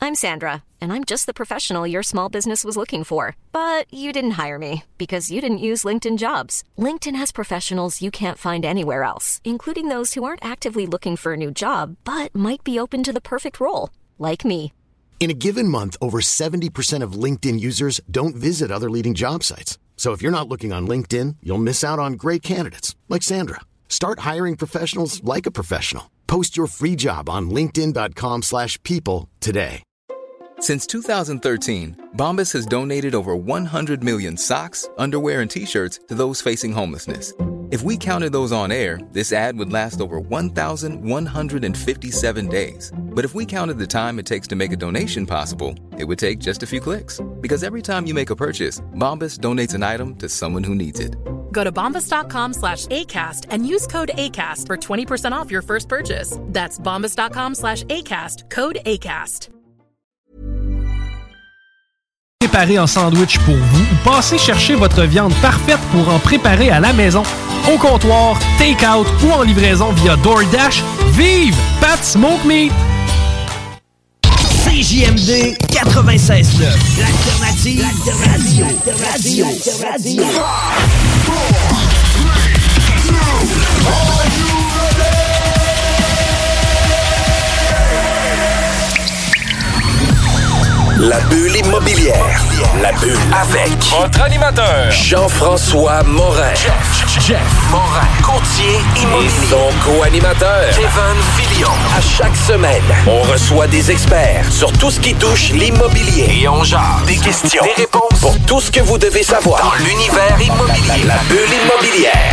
I'm Sandra, and I'm just the professional your small business was looking for. But you didn't hire me because you didn't use LinkedIn Jobs. LinkedIn has professionals you can't find anywhere else, including those who aren't actively looking for a new job, but might be open to the perfect role, like me. In a given month, over 70% of LinkedIn users don't visit other leading job sites. So if you're not looking on LinkedIn, you'll miss out on great candidates like Sandra. Start hiring professionals like a professional. Post your free job on linkedin.com/people today. Since 2013, Bombas has donated over 100 million socks, underwear, and T-shirts to those facing homelessness. If we counted those on air, this ad would last over 1,157 days. But if we counted the time it takes to make a donation possible, it would take just a few clicks. Because every time you make a purchase, Bombas donates an item to someone who needs it. Go to bombas.com/ACAST and use code ACAST for 20% off your first purchase. That's bombas.com/ACAST, code ACAST. Préparer en sandwich pour vous ou passez chercher votre viande parfaite pour en préparer à la maison, au comptoir, take-out ou en livraison via DoorDash, vive Pat Smoke Meat! CJMD 96.9, l'alternative radio. La bulle immobilière. La bulle avec votre animateur Jean-François Morin. Jeff Morin. Courtier immobilier. Et son co-animateur Kevin Filion. À chaque semaine, on reçoit des experts sur tout ce qui touche l'immobilier. Et on jase des questions, des réponses pour tout ce que vous devez savoir dans l'univers immobilier. La bulle immobilière.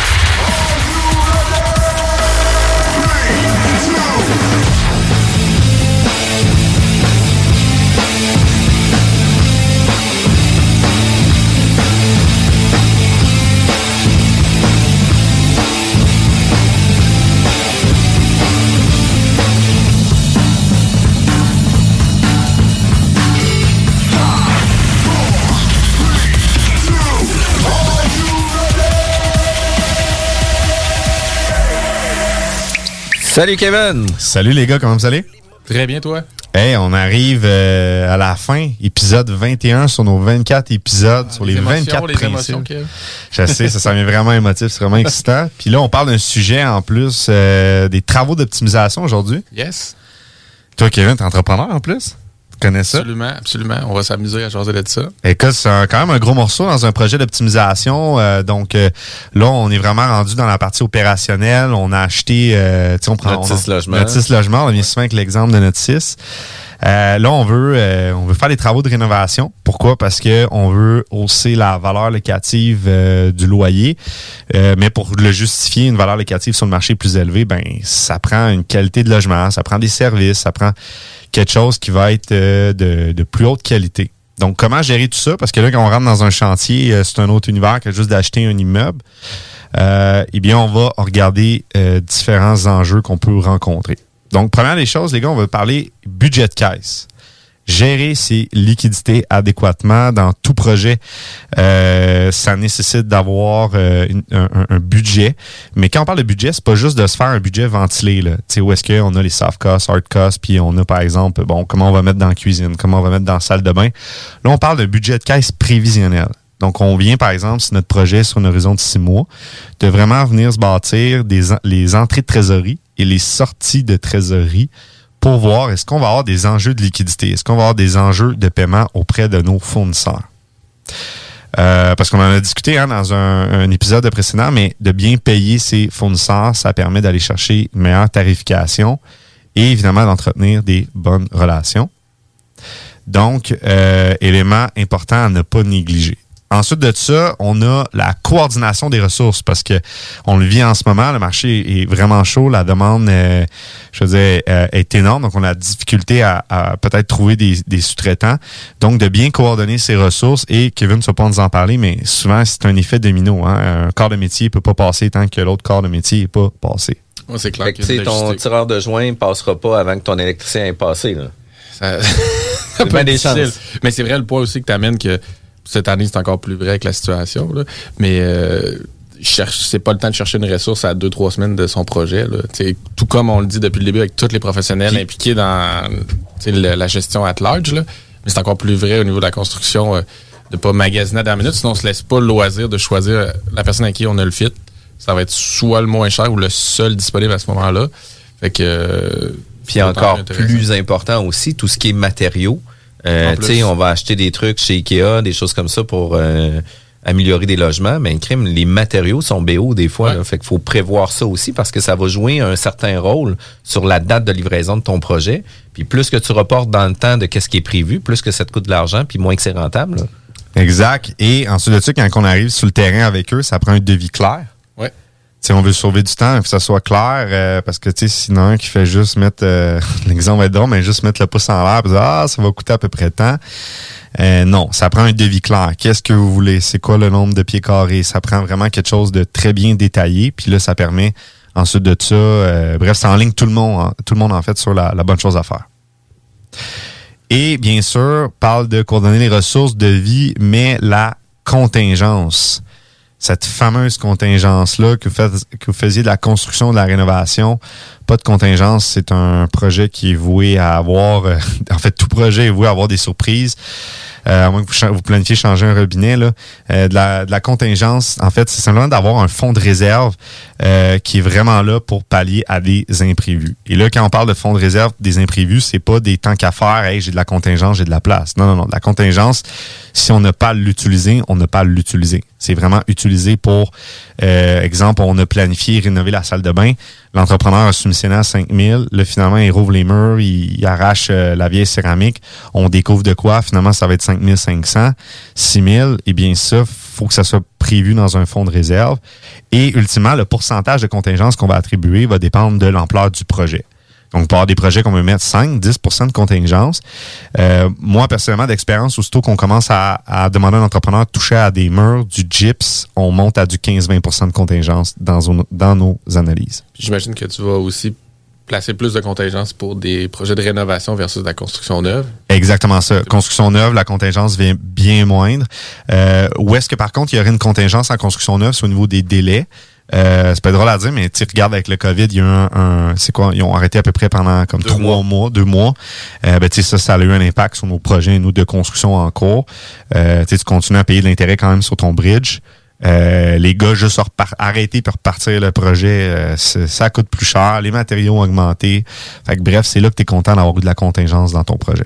Salut Kevin! Salut les gars, comment vous allez? Très bien, toi? Hey, on arrive à la fin, épisode 21 sur nos 24 épisodes, sur les 24 principes. Je sais, ça s'en est vraiment émotif, c'est vraiment excitant. Puis là, on parle d'un sujet en plus, des travaux d'optimisation aujourd'hui. Yes. Toi, Kevin, t'es entrepreneur en plus? Tu connais ça? Absolument, absolument. On va s'amuser à jaser de ça. Écoute, c'est quand même un gros morceau dans un projet d'optimisation. Donc là, on est vraiment rendu dans la partie opérationnelle. On a acheté, on prend Notis Logement. Notis Logement. On vient souvent avec l'exemple de Notis. Là, on veut faire des travaux de rénovation. Pourquoi? Parce que on veut hausser la valeur locative du loyer. Mais pour le justifier, une valeur locative sur le marché plus élevée, ben ça prend une qualité de logement, ça prend des services, ça prend quelque chose qui va être de plus haute qualité. Donc, comment gérer tout ça? Parce que là, quand on rentre dans un chantier, c'est un autre univers que juste d'acheter un immeuble. Eh bien, on va regarder différents enjeux qu'on peut rencontrer. Donc, première des choses, les gars, on va parler budget de caisse. Gérer ses liquidités adéquatement dans tout projet, ça nécessite d'avoir un budget. Mais quand on parle de budget, c'est pas juste de se faire un budget ventilé, là. Tu sais, où est-ce qu'on a les soft costs, hard costs, puis on a, par exemple, comment on va mettre dans la cuisine, comment on va mettre dans la salle de bain. Là, on parle de budget de caisse prévisionnel. Donc, on vient, par exemple, si notre projet est sur un horizon de 6 mois, de vraiment venir se bâtir les entrées de trésorerie et les sorties de trésorerie pour voir est-ce qu'on va avoir des enjeux de liquidité, est-ce qu'on va avoir des enjeux de paiement auprès de nos fournisseurs. Parce qu'on en a discuté dans un épisode précédent, mais de bien payer ses fournisseurs, ça permet d'aller chercher une meilleure tarification et évidemment d'entretenir des bonnes relations. Donc, élément important à ne pas négliger. Ensuite de ça, on a la coordination des ressources parce que on le vit en ce moment. Le marché est vraiment chaud. La demande, est énorme. Donc, on a la difficulté à peut-être trouver des sous-traitants. Donc, de bien coordonner ses ressources. Et Kevin ne va pas nous en parler, mais souvent, c'est un effet domino. Un corps de métier ne peut pas passer tant que l'autre corps de métier n'est pas passé. Ouais, c'est clair. Ton tireur de joint ne passera pas avant que ton électricien ait passé. Là. Ça peut être difficile. Mais c'est vrai le point aussi que tu amènes que cette année, c'est encore plus vrai avec la situation. Là. Mais c'est pas le temps de chercher une ressource à 2-3 semaines de son projet. Là. Tout comme on le dit depuis le début avec tous les professionnels impliqués dans la gestion at large. Là. Mais c'est encore plus vrai au niveau de la construction de pas magasiner à dernière minute. Sinon, on se laisse pas le loisir de choisir la personne avec qui on a le fit. Ça va être soit le moins cher ou le seul disponible à ce moment-là. Fait que... Puis encore plus important aussi, tout ce qui est matériaux. On va acheter des trucs chez Ikea, des choses comme ça pour améliorer des logements. Mais les matériaux sont BO des fois. Là, fait qu'il faut prévoir ça aussi parce que ça va jouer un certain rôle sur la date de livraison de ton projet. Puis plus que tu reportes dans le temps de ce qui est prévu, plus que ça te coûte de l'argent, puis moins que c'est rentable. Là. Exact. Et ensuite de ça, quand on arrive sur le terrain avec eux, ça prend un devis clair. T'sais, on veut sauver du temps, que ça soit clair, parce que sinon un qui fait juste mettre, l'exemple va être drôle, mais juste mettre le pouce en l'air et dire, ça va coûter à peu près tant. Non, ça prend un devis clair. Qu'est-ce que vous voulez? C'est quoi le nombre de pieds carrés? Ça prend vraiment quelque chose de très bien détaillé. Puis là, ça permet ensuite de ça, bref, ça enligne tout le monde en fait sur la bonne chose à faire. Et bien sûr, parle de coordonner les ressources de vie, mais la contingence. Cette fameuse contingence-là que vous faisiez de la construction, de la rénovation. Pas de contingence, c'est un projet qui est voué à avoir... en fait, tout projet est voué à avoir des surprises. À moins que vous planifiez changer un robinet. Là. De la contingence, en fait, c'est simplement d'avoir un fonds de réserve qui est vraiment là pour pallier à des imprévus. Et là, quand on parle de fonds de réserve des imprévus, c'est pas des temps qu'à faire. Hey, j'ai de la contingence, j'ai de la place. Non. De la contingence, si on n'a pas à l'utiliser, on n'a pas à l'utiliser. C'est vraiment utilisé pour, exemple, on a planifié rénover la salle de bain. L'entrepreneur a soumissionné à 5 000. Là, finalement, il rouvre les murs, il arrache la vieille céramique. On découvre de quoi? Finalement, ça va être 5 500, 6 000. Eh bien, ça, faut que ça soit prévu dans un fonds de réserve. Et ultimement, le pourcentage de contingence qu'on va attribuer va dépendre de l'ampleur du projet. Donc, pour avoir des projets qu'on veut mettre 5-10% de contingence. Moi, personnellement, d'expérience, aussitôt qu'on commence à demander à un entrepreneur de toucher à des murs, du gyps, on monte à du 15-20% de contingence dans nos analyses. J'imagine que tu vas aussi placer plus de contingence pour des projets de rénovation versus de la construction neuve. Exactement ça. Construction neuve, la contingence vient bien moindre. Où est-ce que, par contre, il y aurait une contingence en construction neuve, c'est au niveau des délais. C'est pas drôle à dire, mais tu regardes avec le COVID, il y a eu c'est quoi, ils ont arrêté à peu près pendant comme 2 mois. Ça a eu un impact sur nos projets, nous, de construction en cours. Tu continues à payer de l'intérêt quand même sur ton bridge. Les gars, juste arrêter puis repartir le projet, ça coûte plus cher. Les matériaux ont augmenté. Fait que bref, c'est là que tu es content d'avoir eu de la contingence dans ton projet.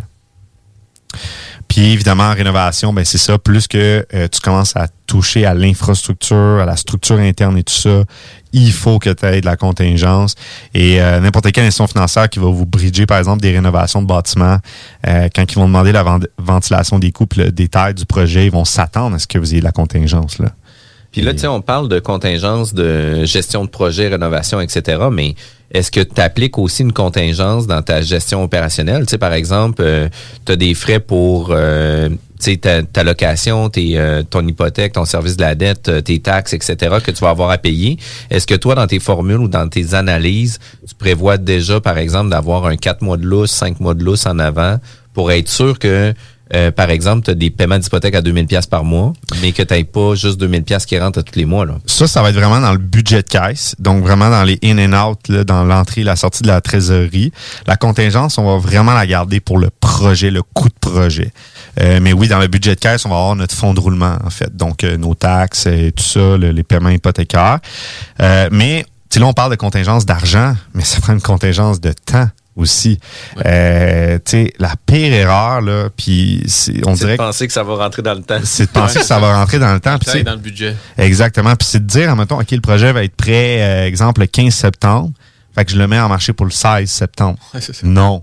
Puis évidemment, en rénovation, ben c'est ça, plus que tu commences à toucher à l'infrastructure, à la structure interne et tout ça, il faut que tu aies de la contingence. Et n'importe quelle institution financière qui va vous bridger, par exemple, des rénovations de bâtiments, quand ils vont demander la ventilation des coûts et le détail du projet, ils vont s'attendre à ce que vous ayez de la contingence, là. Puis là, tu sais, on parle de contingence, de gestion de projet, rénovation, etc., mais est-ce que tu appliques aussi une contingence dans ta gestion opérationnelle? Tu sais, par exemple, tu as des frais pour ta location, ton hypothèque, ton service de la dette, tes taxes, etc., que tu vas avoir à payer. Est-ce que toi, dans tes formules ou dans tes analyses, tu prévois déjà, par exemple, d'avoir un 4 mois de lousse, 5 mois de lousse en avant pour être sûr que par exemple, tu as des paiements d'hypothèque à 2 000 par mois, mais que tu n'aies pas juste 2 000 qui rentrent tous les mois, là? Ça va être vraiment dans le budget de caisse, donc vraiment dans les in and out, là, dans l'entrée et la sortie de la trésorerie. La contingence, on va vraiment la garder pour le projet, le coût de projet. Mais oui, dans le budget de caisse, on va avoir notre fonds de roulement, en fait. Donc, nos taxes et tout ça, les paiements hypothécaires. Mais, là, on parle de contingence d'argent, mais ça prend une contingence de temps aussi. Ouais. La pire erreur, là, puis c'est de penser que ça va rentrer dans le temps. C'est de penser que ça va rentrer dans le temps. Puis dans le budget. Exactement. Puis c'est de dire, admettons, OK, le projet va être prêt, exemple, le 15 septembre. Fait que je le mets en marché pour le 16 septembre. Ouais, c'est ça. Non.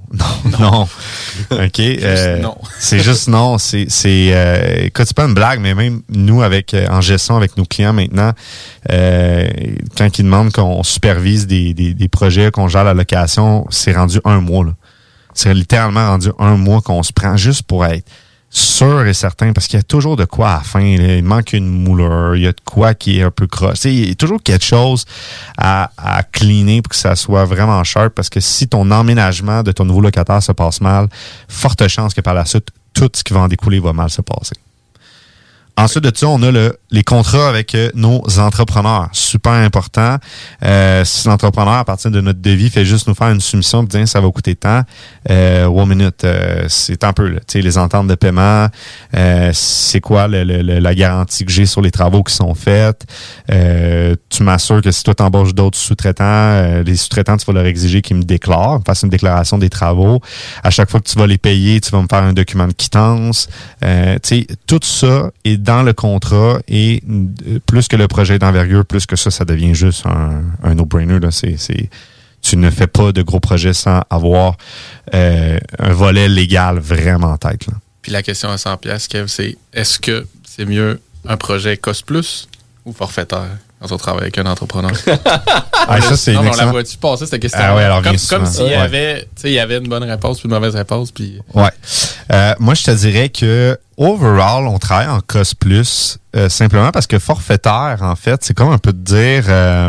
OK. Non. C'est juste non. Écoute, c'est pas une blague, mais même nous, en gestion avec nos clients maintenant, quand ils demandent qu'on supervise des projets, qu'on gère la location, c'est rendu 1 mois, là. C'est littéralement rendu 1 mois qu'on se prend juste pour être sûr et certain, parce qu'il y a toujours de quoi à la fin. Là. Il manque une mouleur, il y a de quoi qui est un peu croche. Il y a toujours quelque chose à cleaner pour que ça soit vraiment sharp, parce que si ton emménagement de ton nouveau locataire se passe mal, forte chance que par la suite, tout ce qui va en découler va mal se passer. Ensuite de ça, on a les contrats avec nos entrepreneurs. Super important. Si l'entrepreneur, à partir de notre devis, fait juste nous faire une soumission et dire ça va coûter tant, one minute, c'est un peu là. Tu sais, les ententes de paiement, c'est quoi la garantie que j'ai sur les travaux qui sont faits. Tu m'assures que si toi t'embauches d'autres sous-traitants, les sous-traitants, tu vas leur exiger qu'ils me déclarent, fassent une déclaration des travaux. À chaque fois que tu vas les payer, tu vas me faire un document de quittance. Tu sais, tout ça est dans le contrat et plus que le projet d'envergure, plus que ça devient juste un no-brainer. Là. Tu ne fais pas de gros projets sans avoir un volet légal vraiment en tête. Là. Puis la question à 100$, Kev, c'est est-ce que c'est mieux un projet cost plus ou forfaitaire quand on travaille avec un entrepreneur? Ça, c'est on la voit-tu passer cette question? Ah ouais, alors comme s'il y avait, il y avait une bonne réponse puis une mauvaise réponse. Puis... Ouais. Moi, je te dirais que overall, on travaille en cost plus simplement parce que forfaitaire, en fait, c'est comme un peu de dire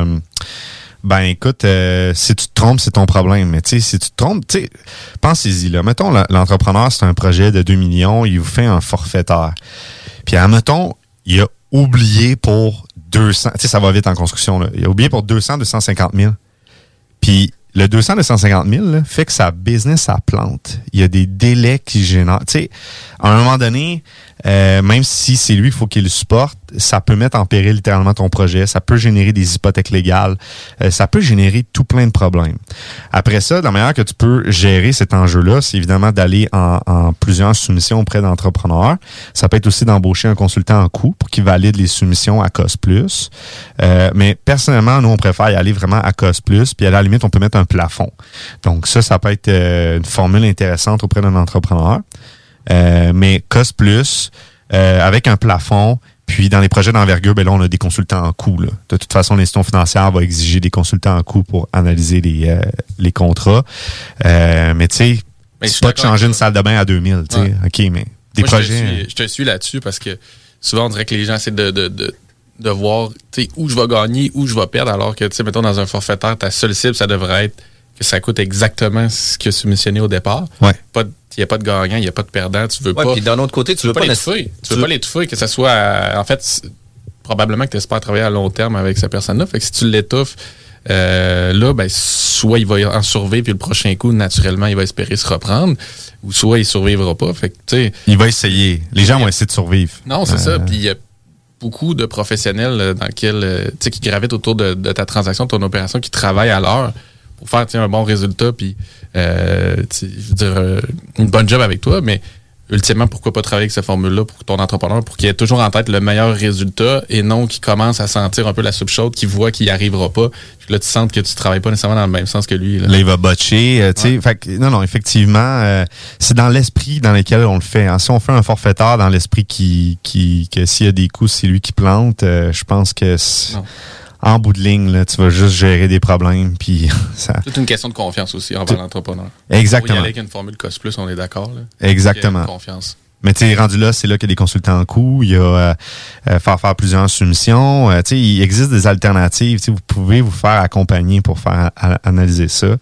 ben écoute, si tu te trompes, c'est ton problème. Mais tu sais, si tu te trompes, tu sais, pensez-y là. Mettons, l'entrepreneur, c'est un projet de 2 millions, il vous fait un forfaitaire. Puis admettons, il a oublié pour 200, tu sais, ça va vite en construction, là. Il a oublié pour 250 000. Puis le 250 000 là, fait que sa business, ça plante. Il y a des délais qui génèrent. Tu sais, à un moment donné, même si c'est lui qu'il faut qu'il le supporte, ça peut mettre en péril littéralement ton projet. Ça peut générer des hypothèques légales. Ça peut générer tout plein de problèmes. Après ça, la manière que tu peux gérer cet enjeu-là, c'est évidemment d'aller en plusieurs soumissions auprès d'entrepreneurs. Ça peut être aussi d'embaucher un consultant en coût pour qu'il valide les soumissions à cost plus. Mais personnellement, nous, on préfère y aller vraiment à cost plus. Puis à la limite, on peut mettre un plafond. Donc ça peut être une formule intéressante auprès d'un entrepreneur. Mais cost plus, avec un plafond, puis dans les projets d'envergure, ben là, on a des consultants en coût. Là. De toute façon, l'institution financière va exiger des consultants en coût pour analyser les contrats. Mais tu sais, c'est pas de changer une salle de bain à 2000. Tu sais, ouais. OK, mais des moi, projets... Je te suis là-dessus parce que souvent, on dirait que les gens essaient de voir où je vais gagner, où je vais perdre, alors que, tu sais, mettons, dans un forfaitaire, ta seule cible, ça devrait être que ça coûte exactement ce que tu mentionnais au départ. Ouais. Il n'y a pas de gagnant, il n'y a pas de perdant. Tu veux pas. Puis d'un autre côté, tu veux pas l'étouffer. Tu veux pas l'étouffer, que ça soit. En fait, probablement que tu espères travailler à long terme avec cette personne-là. Fait que si tu l'étouffes, là, ben, soit il va en survivre, puis le prochain coup, naturellement, il va espérer se reprendre, ou soit il ne survivra pas. Fait que, tu sais. Il va essayer. Les gens vont essayer de survivre. Non, c'est ça. Puis il y a beaucoup de professionnels dans lesquels, tu sais, qui gravitent autour de ta transaction, de ton opération, qui travaillent à l'heure pour faire un bon résultat, puis je veux dire, une bonne job avec toi, mais ultimement, pourquoi pas travailler avec cette formule-là pour ton entrepreneur, pour qu'il ait toujours en tête le meilleur résultat et non qu'il commence à sentir un peu la soupe chaude, qu'il voit qu'il n'y arrivera pas, puis là, tu sens que tu ne travailles pas nécessairement dans le même sens que lui. Là il va botcher, tu sais. Fait que, non, effectivement, c'est dans l'esprit dans lequel on le fait. Hein. Si on fait un forfaitaire dans l'esprit que s'il y a des coups, c'est lui qui plante, je pense que... En bout de ligne, là, tu vas juste gérer des problèmes. Puis ça... C'est une question de confiance aussi envers l'entrepreneur. Exactement. Pour y aller avec une formule cost plus, on est d'accord. Là. Exactement. Confiance. Mais tu sais, rendu là, c'est là qu'il y a des consultants en coût. Il y a faire plusieurs soumissions. Tu sais, il existe des alternatives. Tu sais, vous pouvez vous faire accompagner pour faire analyser ça.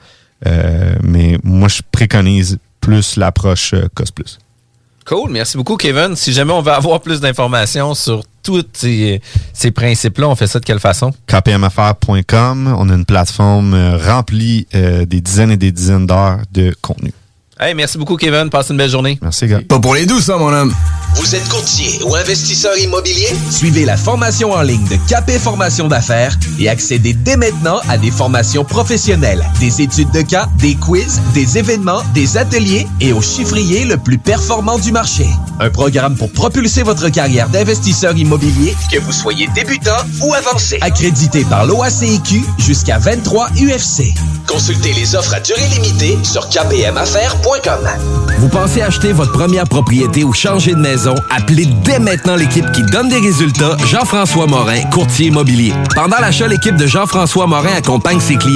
Mais moi, je préconise plus l'approche cost plus. Cool, merci beaucoup Kevin. Si jamais on veut avoir plus d'informations sur tous ces principes-là, on fait ça de quelle façon? kpmaffaires.com. On a une plateforme remplie des dizaines et des dizaines d'heures de contenu. Hey, merci beaucoup Kevin. Passe une belle journée. Merci gars. Pas pour les douces, ça, mon homme. Vous êtes courtier ou investisseur immobilier? Suivez la formation en ligne de KP Formation d'affaires et accédez dès maintenant à des formations professionnelles, des études de cas, des quiz, des événements, des ateliers et au chiffrier le plus performant du marché. Un programme pour propulser votre carrière d'investisseur immobilier, que vous soyez débutant ou avancé. Accrédité par l'OACIQ jusqu'à 23 UFC. Consultez les offres à durée limitée sur kpmaffaires.com. Vous pensez acheter votre première propriété ou changer de maison? Appelez dès maintenant l'équipe qui donne des résultats, Jean-François Morin, courtier immobilier. Pendant l'achat, l'équipe de Jean-François Morin accompagne ses clients à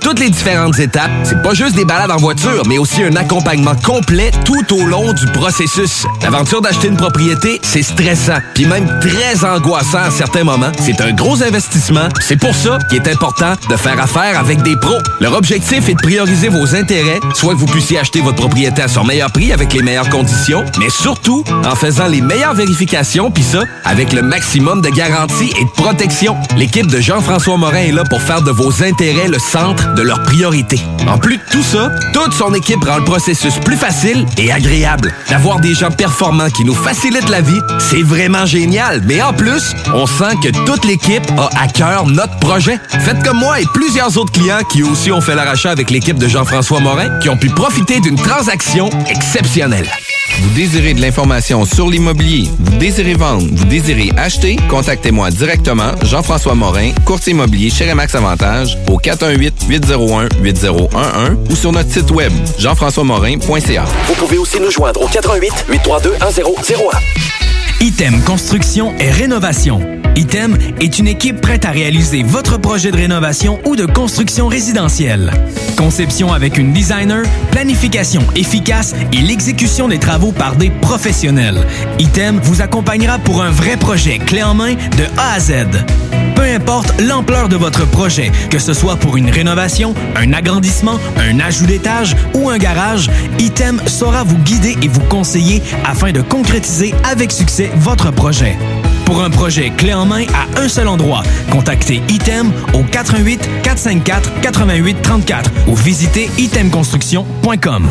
toutes les différentes étapes. C'est pas juste des balades en voiture, mais aussi un accompagnement complet tout au long du processus. L'aventure d'acheter une propriété, c'est stressant, puis même très angoissant à certains moments. C'est un gros investissement. C'est pour ça qu'il est important de faire affaire avec des pros. Leur objectif est de prioriser vos intérêts, soit que vous puissiez acheter votre propriété à son meilleur prix avec les meilleures conditions, mais surtout en faisant les meilleures vérifications, puis ça, avec le maximum de garantie et de protection. L'équipe de Jean-François Morin est là pour faire de vos intérêts le centre de leurs priorités. En plus de tout ça, toute son équipe rend le processus plus facile et agréable. D'avoir des gens performants qui nous facilitent la vie, c'est vraiment génial. Mais en plus, on sent que toute l'équipe a à cœur notre projet. Faites comme moi et plusieurs autres clients qui aussi ont fait leur achat avec l'équipe de Jean-François Morin, qui ont pu profiter d'une transaction exceptionnelle. Vous désirez de l'information sur l'immobilier, vous désirez vendre, vous désirez acheter, contactez-moi directement, Jean-François Morin, courtier immobilier chez Remax Avantage, au 418-801-8011 ou sur notre site web, jean-françois-morin.ca. Vous pouvez aussi nous joindre au 418-832-1001. Item Construction et Rénovation. Item est une équipe prête à réaliser votre projet de rénovation ou de construction résidentielle. Conception avec une designer, planification efficace et l'exécution des travaux par des professionnels. Item vous accompagnera pour un vrai projet clé en main de A à Z. Peu importe l'ampleur de votre projet, que ce soit pour une rénovation, un agrandissement, un ajout d'étage ou un garage, Item saura vous guider et vous conseiller afin de concrétiser avec succès votre projet. Pour un projet clé en main à un seul endroit, contactez Item au 88 454 88 34 ou visitez itemconstruction.com.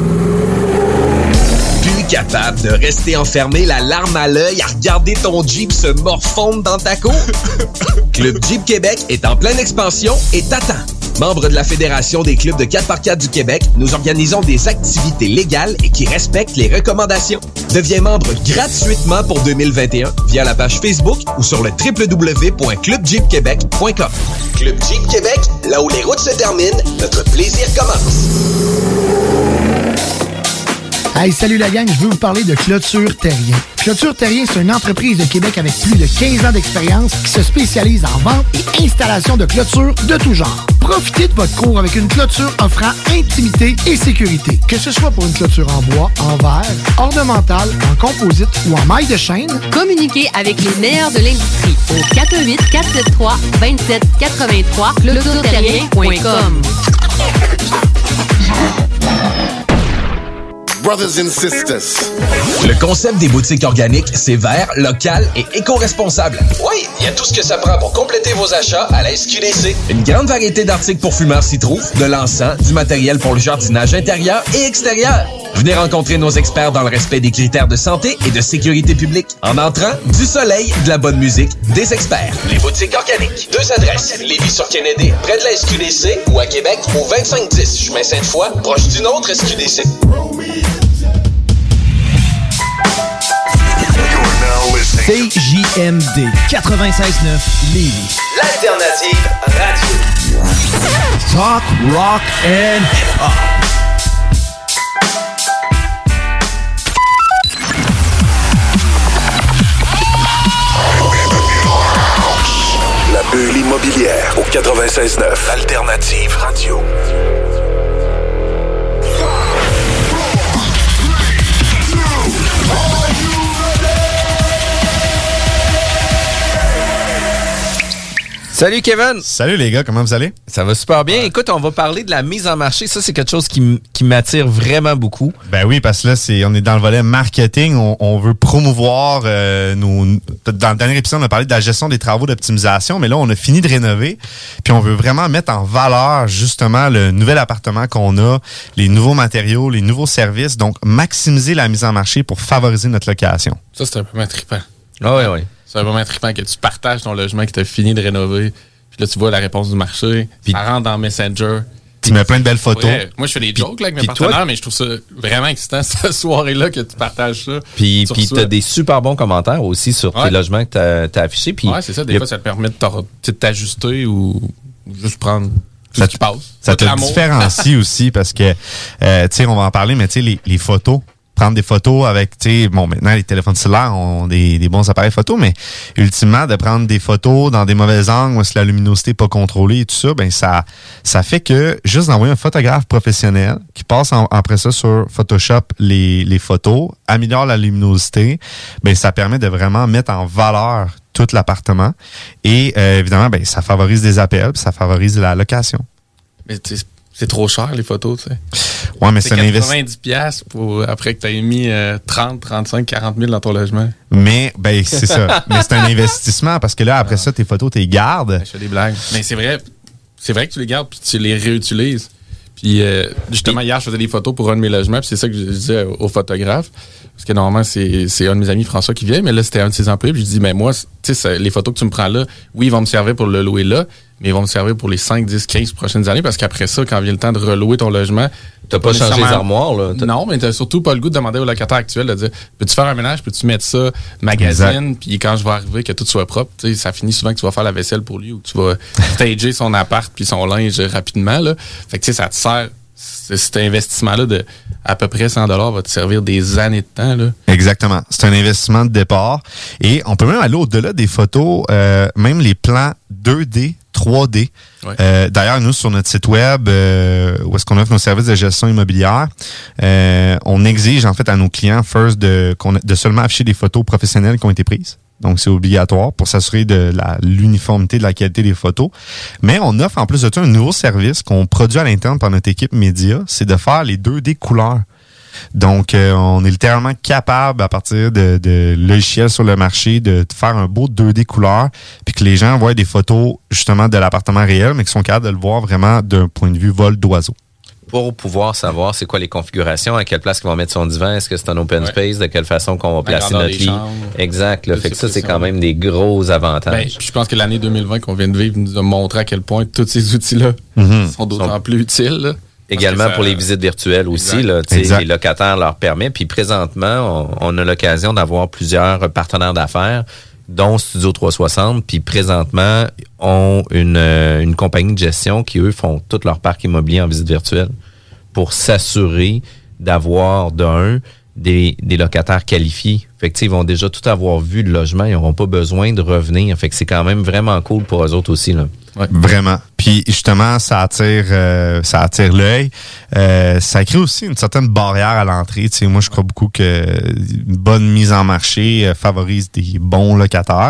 Plus capable de rester enfermé la larme à l'œil à regarder ton Jeep se morfondre dans ta cour? Club Jeep Québec est en pleine expansion et t'attend. Membre de la Fédération des clubs de 4x4 du Québec, nous organisons des activités légales et qui respectent les recommandations. Deviens membre gratuitement pour 2021 via la page Facebook ou sur le www.clubjeepquebec.com. Club Jeep Québec, là où les routes se terminent, notre plaisir commence. Hey, salut la gang, je veux vous parler de Clôture Terrien. Clôture Terrien, c'est une entreprise de Québec avec plus de 15 ans d'expérience qui se spécialise en vente et installation de clôtures de tout genre. Profitez de votre cour avec une clôture offrant intimité et sécurité. Que ce soit pour une clôture en bois, en verre, ornementale, en composite ou en maille de chaîne, communiquez avec les meilleurs de l'industrie au 418-473-2783 clôtureterrien.com. Brothers and sisters. Le concept des boutiques organiques, c'est vert, local et éco-responsable. Oui, il y a tout ce que ça prend pour compléter vos achats à la SQDC. Une grande variété d'articles pour fumeurs s'y trouve, de l'encens, du matériel pour le jardinage intérieur et extérieur. Venez rencontrer nos experts dans le respect des critères de santé et de sécurité publique. En entrant, du soleil, de la bonne musique, des experts. Les boutiques organiques. 2 adresses. Lévis-sur-Kennedy, près de la SQDC, ou à Québec, au 2510 chemin Sainte-Foy, proche d'une autre SQDC. CJMD 96.9 Lévis. L'alternative radio. Talk, rock and hip-hop. La bulle immobilière au 96.9. L'alternative radio. Salut Kevin! Salut les gars, comment vous allez? Ça va super bien. Écoute, on va parler de la mise en marché. Ça, c'est quelque chose qui m'attire vraiment beaucoup. Ben oui, parce que là, on est dans le volet marketing. On veut promouvoir dans le dernier épisode, on a parlé de la gestion des travaux d'optimisation, mais là, on a fini de rénover. Puis on veut vraiment mettre en valeur, justement, le nouvel appartement qu'on a, les nouveaux matériaux, les nouveaux services. Donc, maximiser la mise en marché pour favoriser notre location. Ça, c'est un peu trippant. Ah oui, oui. C'est un moment trippant que tu partages ton logement que tu as fini de rénover. Puis là, tu vois la réponse du marché. Puis ça rentre dans Messenger. Tu mets plein de belles photos. Ouais, moi, je fais des jokes là, avec mes partenaires, mais je trouve ça vraiment excitant, cette soirée-là, que tu partages ça. Puis tu as des super bons commentaires aussi sur tes logements que tu as affichés. Puis c'est ça. Des fois, ça te permet de t'ajuster ou juste prendre ça ce qui passe. Ça te différencie aussi parce que, tu sais, on va en parler, mais tu sais, les photos prendre des photos avec, tu sais, bon, maintenant, les téléphones cellulaires ont des bons appareils photo, mais ultimement, de prendre des photos dans des mauvais angles où est-ce que la luminosité n'est pas contrôlée et tout ça, ben ça fait que juste d'envoyer un photographe professionnel qui passe après ça sur Photoshop les photos, améliore la luminosité, ben ça permet de vraiment mettre en valeur tout l'appartement et évidemment, ben ça favorise des appels, puis ça favorise la location. Mais c'est trop cher, les photos, tu sais. Ouais, mais c'est un investissement. 90$ pour, après que tu aies mis 30, 35, 40 000 dans ton logement. Mais, ben, c'est ça. Mais c'est un investissement parce que là, après ça, tes photos, tu les gardes. Ben, je fais des blagues. Mais c'est vrai que tu les gardes puis tu les réutilises. Puis, justement, hier, je faisais des photos pour un de mes logements puis c'est ça que je disais au photographe. Parce que normalement, c'est un de mes amis, François, qui vient, mais là, c'était un de ses employés. Puis je dis, mais moi, tu sais, les photos que tu me prends là, oui, ils vont me servir pour le louer là, mais ils vont me servir pour les 5, 10, 15 prochaines années parce qu'après ça, quand vient le temps de relouer ton logement, t'as pas changé les armoires, là. Non, mais t'as surtout pas le goût de demander au locataire actuel de dire, peux-tu faire un ménage, peux-tu mettre ça magazine, puis quand je vais arriver, que tout soit propre, tu sais, ça finit souvent que tu vas faire la vaisselle pour lui ou que tu vas stager son appart puis son linge rapidement, là. Fait que tu sais, ça te sert. Cet investissement-là de à peu près 100$ va te servir des années de temps. Là. Exactement. C'est un investissement de départ. Et on peut même aller au-delà des photos, même les plans 2D, 3D. Ouais. D'ailleurs, nous, sur notre site web, où est-ce qu'on offre nos services de gestion immobilière, on exige en fait à nos clients first de seulement afficher des photos professionnelles qui ont été prises. Donc, c'est obligatoire pour s'assurer de l'uniformité de la qualité des photos. Mais on offre en plus de ça un nouveau service qu'on produit à l'interne par notre équipe média, c'est de faire les 2D couleurs. Donc, on est littéralement capable, à partir de logiciels sur le marché, de faire un beau 2D couleur, puis que les gens voient des photos justement de l'appartement réel, mais qui sont capables de le voir vraiment d'un point de vue vol d'oiseau. Pour pouvoir savoir c'est quoi les configurations, à quelle place qu'ils vont mettre son divan, est-ce que c'est un open space, de quelle façon qu'on va placer notre lit. Exact. Là, fait que ça, c'est quand même des gros avantages. Ben, je pense que l'année 2020 qu'on vient de vivre nous a montré à quel point tous ces outils-là sont d'autant plus utiles. Là, également pour les visites virtuelles aussi. Là, les locataires leur permettent. Puis présentement, on a l'occasion d'avoir plusieurs partenaires d'affaires, dont Studio 360, puis présentement, ont une compagnie de gestion qui, eux, font tout leur parc immobilier en visite virtuelle pour s'assurer d'avoir, des locataires qualifiés. Fait que, ils vont déjà tout avoir vu le logement, ils n'auront pas besoin de revenir. Fait que c'est quand même vraiment cool pour eux autres aussi, là. Ouais. Vraiment. Puis justement, ça attire l'œil. Ça crée aussi une certaine barrière à l'entrée. Tu sais, moi, je crois beaucoup que une bonne mise en marché favorise des bons locataires.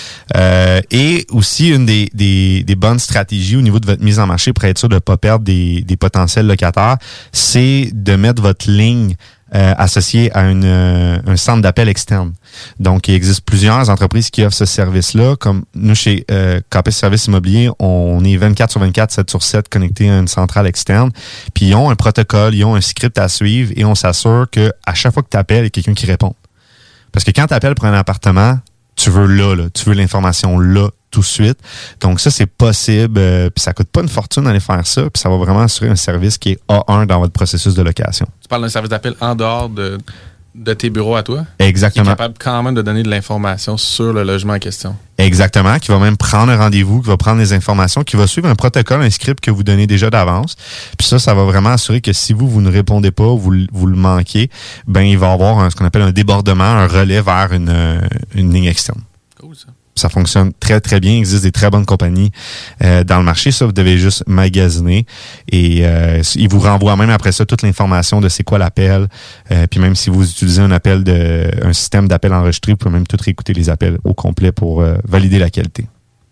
Et aussi, une des bonnes stratégies au niveau de votre mise en marché pour être sûr de ne pas perdre des potentiels locataires, c'est de mettre votre ligne associé à un centre d'appel externe. Donc, il existe plusieurs entreprises qui offrent ce service-là. Comme nous, chez KP Services Immobiliers, on est 24/24, 7/7 connectés à une centrale externe. Puis, ils ont un protocole, ils ont un script à suivre et on s'assure qu'à chaque fois que tu appelles, il y a quelqu'un qui répond. Parce que quand tu appelles pour un appartement, tu veux tu veux l'information là, tout de suite. Donc ça, c'est possible. Puis ça coûte pas une fortune d'aller faire ça. Puis ça va vraiment assurer un service qui est A1 dans votre processus de location. Tu parles d'un service d'appel en dehors de tes bureaux à toi? Exactement. Qui est capable quand même de donner de l'information sur le logement en question. Exactement. Qui va même prendre un rendez-vous, qui va prendre les informations, qui va suivre un protocole, un script que vous donnez déjà d'avance. Puis ça va vraiment assurer que si vous ne répondez pas, vous le manquez, ben il va y avoir ce qu'on appelle un débordement, un relais vers une ligne externe. Cool, ça. Ça fonctionne très, très bien. Il existe des très bonnes compagnies dans le marché. Ça, vous devez juste magasiner. Et ils vous renvoient même après ça toute l'information de c'est quoi l'appel. Puis même si vous utilisez un système d'appel enregistré, vous pouvez même tout réécouter les appels au complet pour valider la qualité.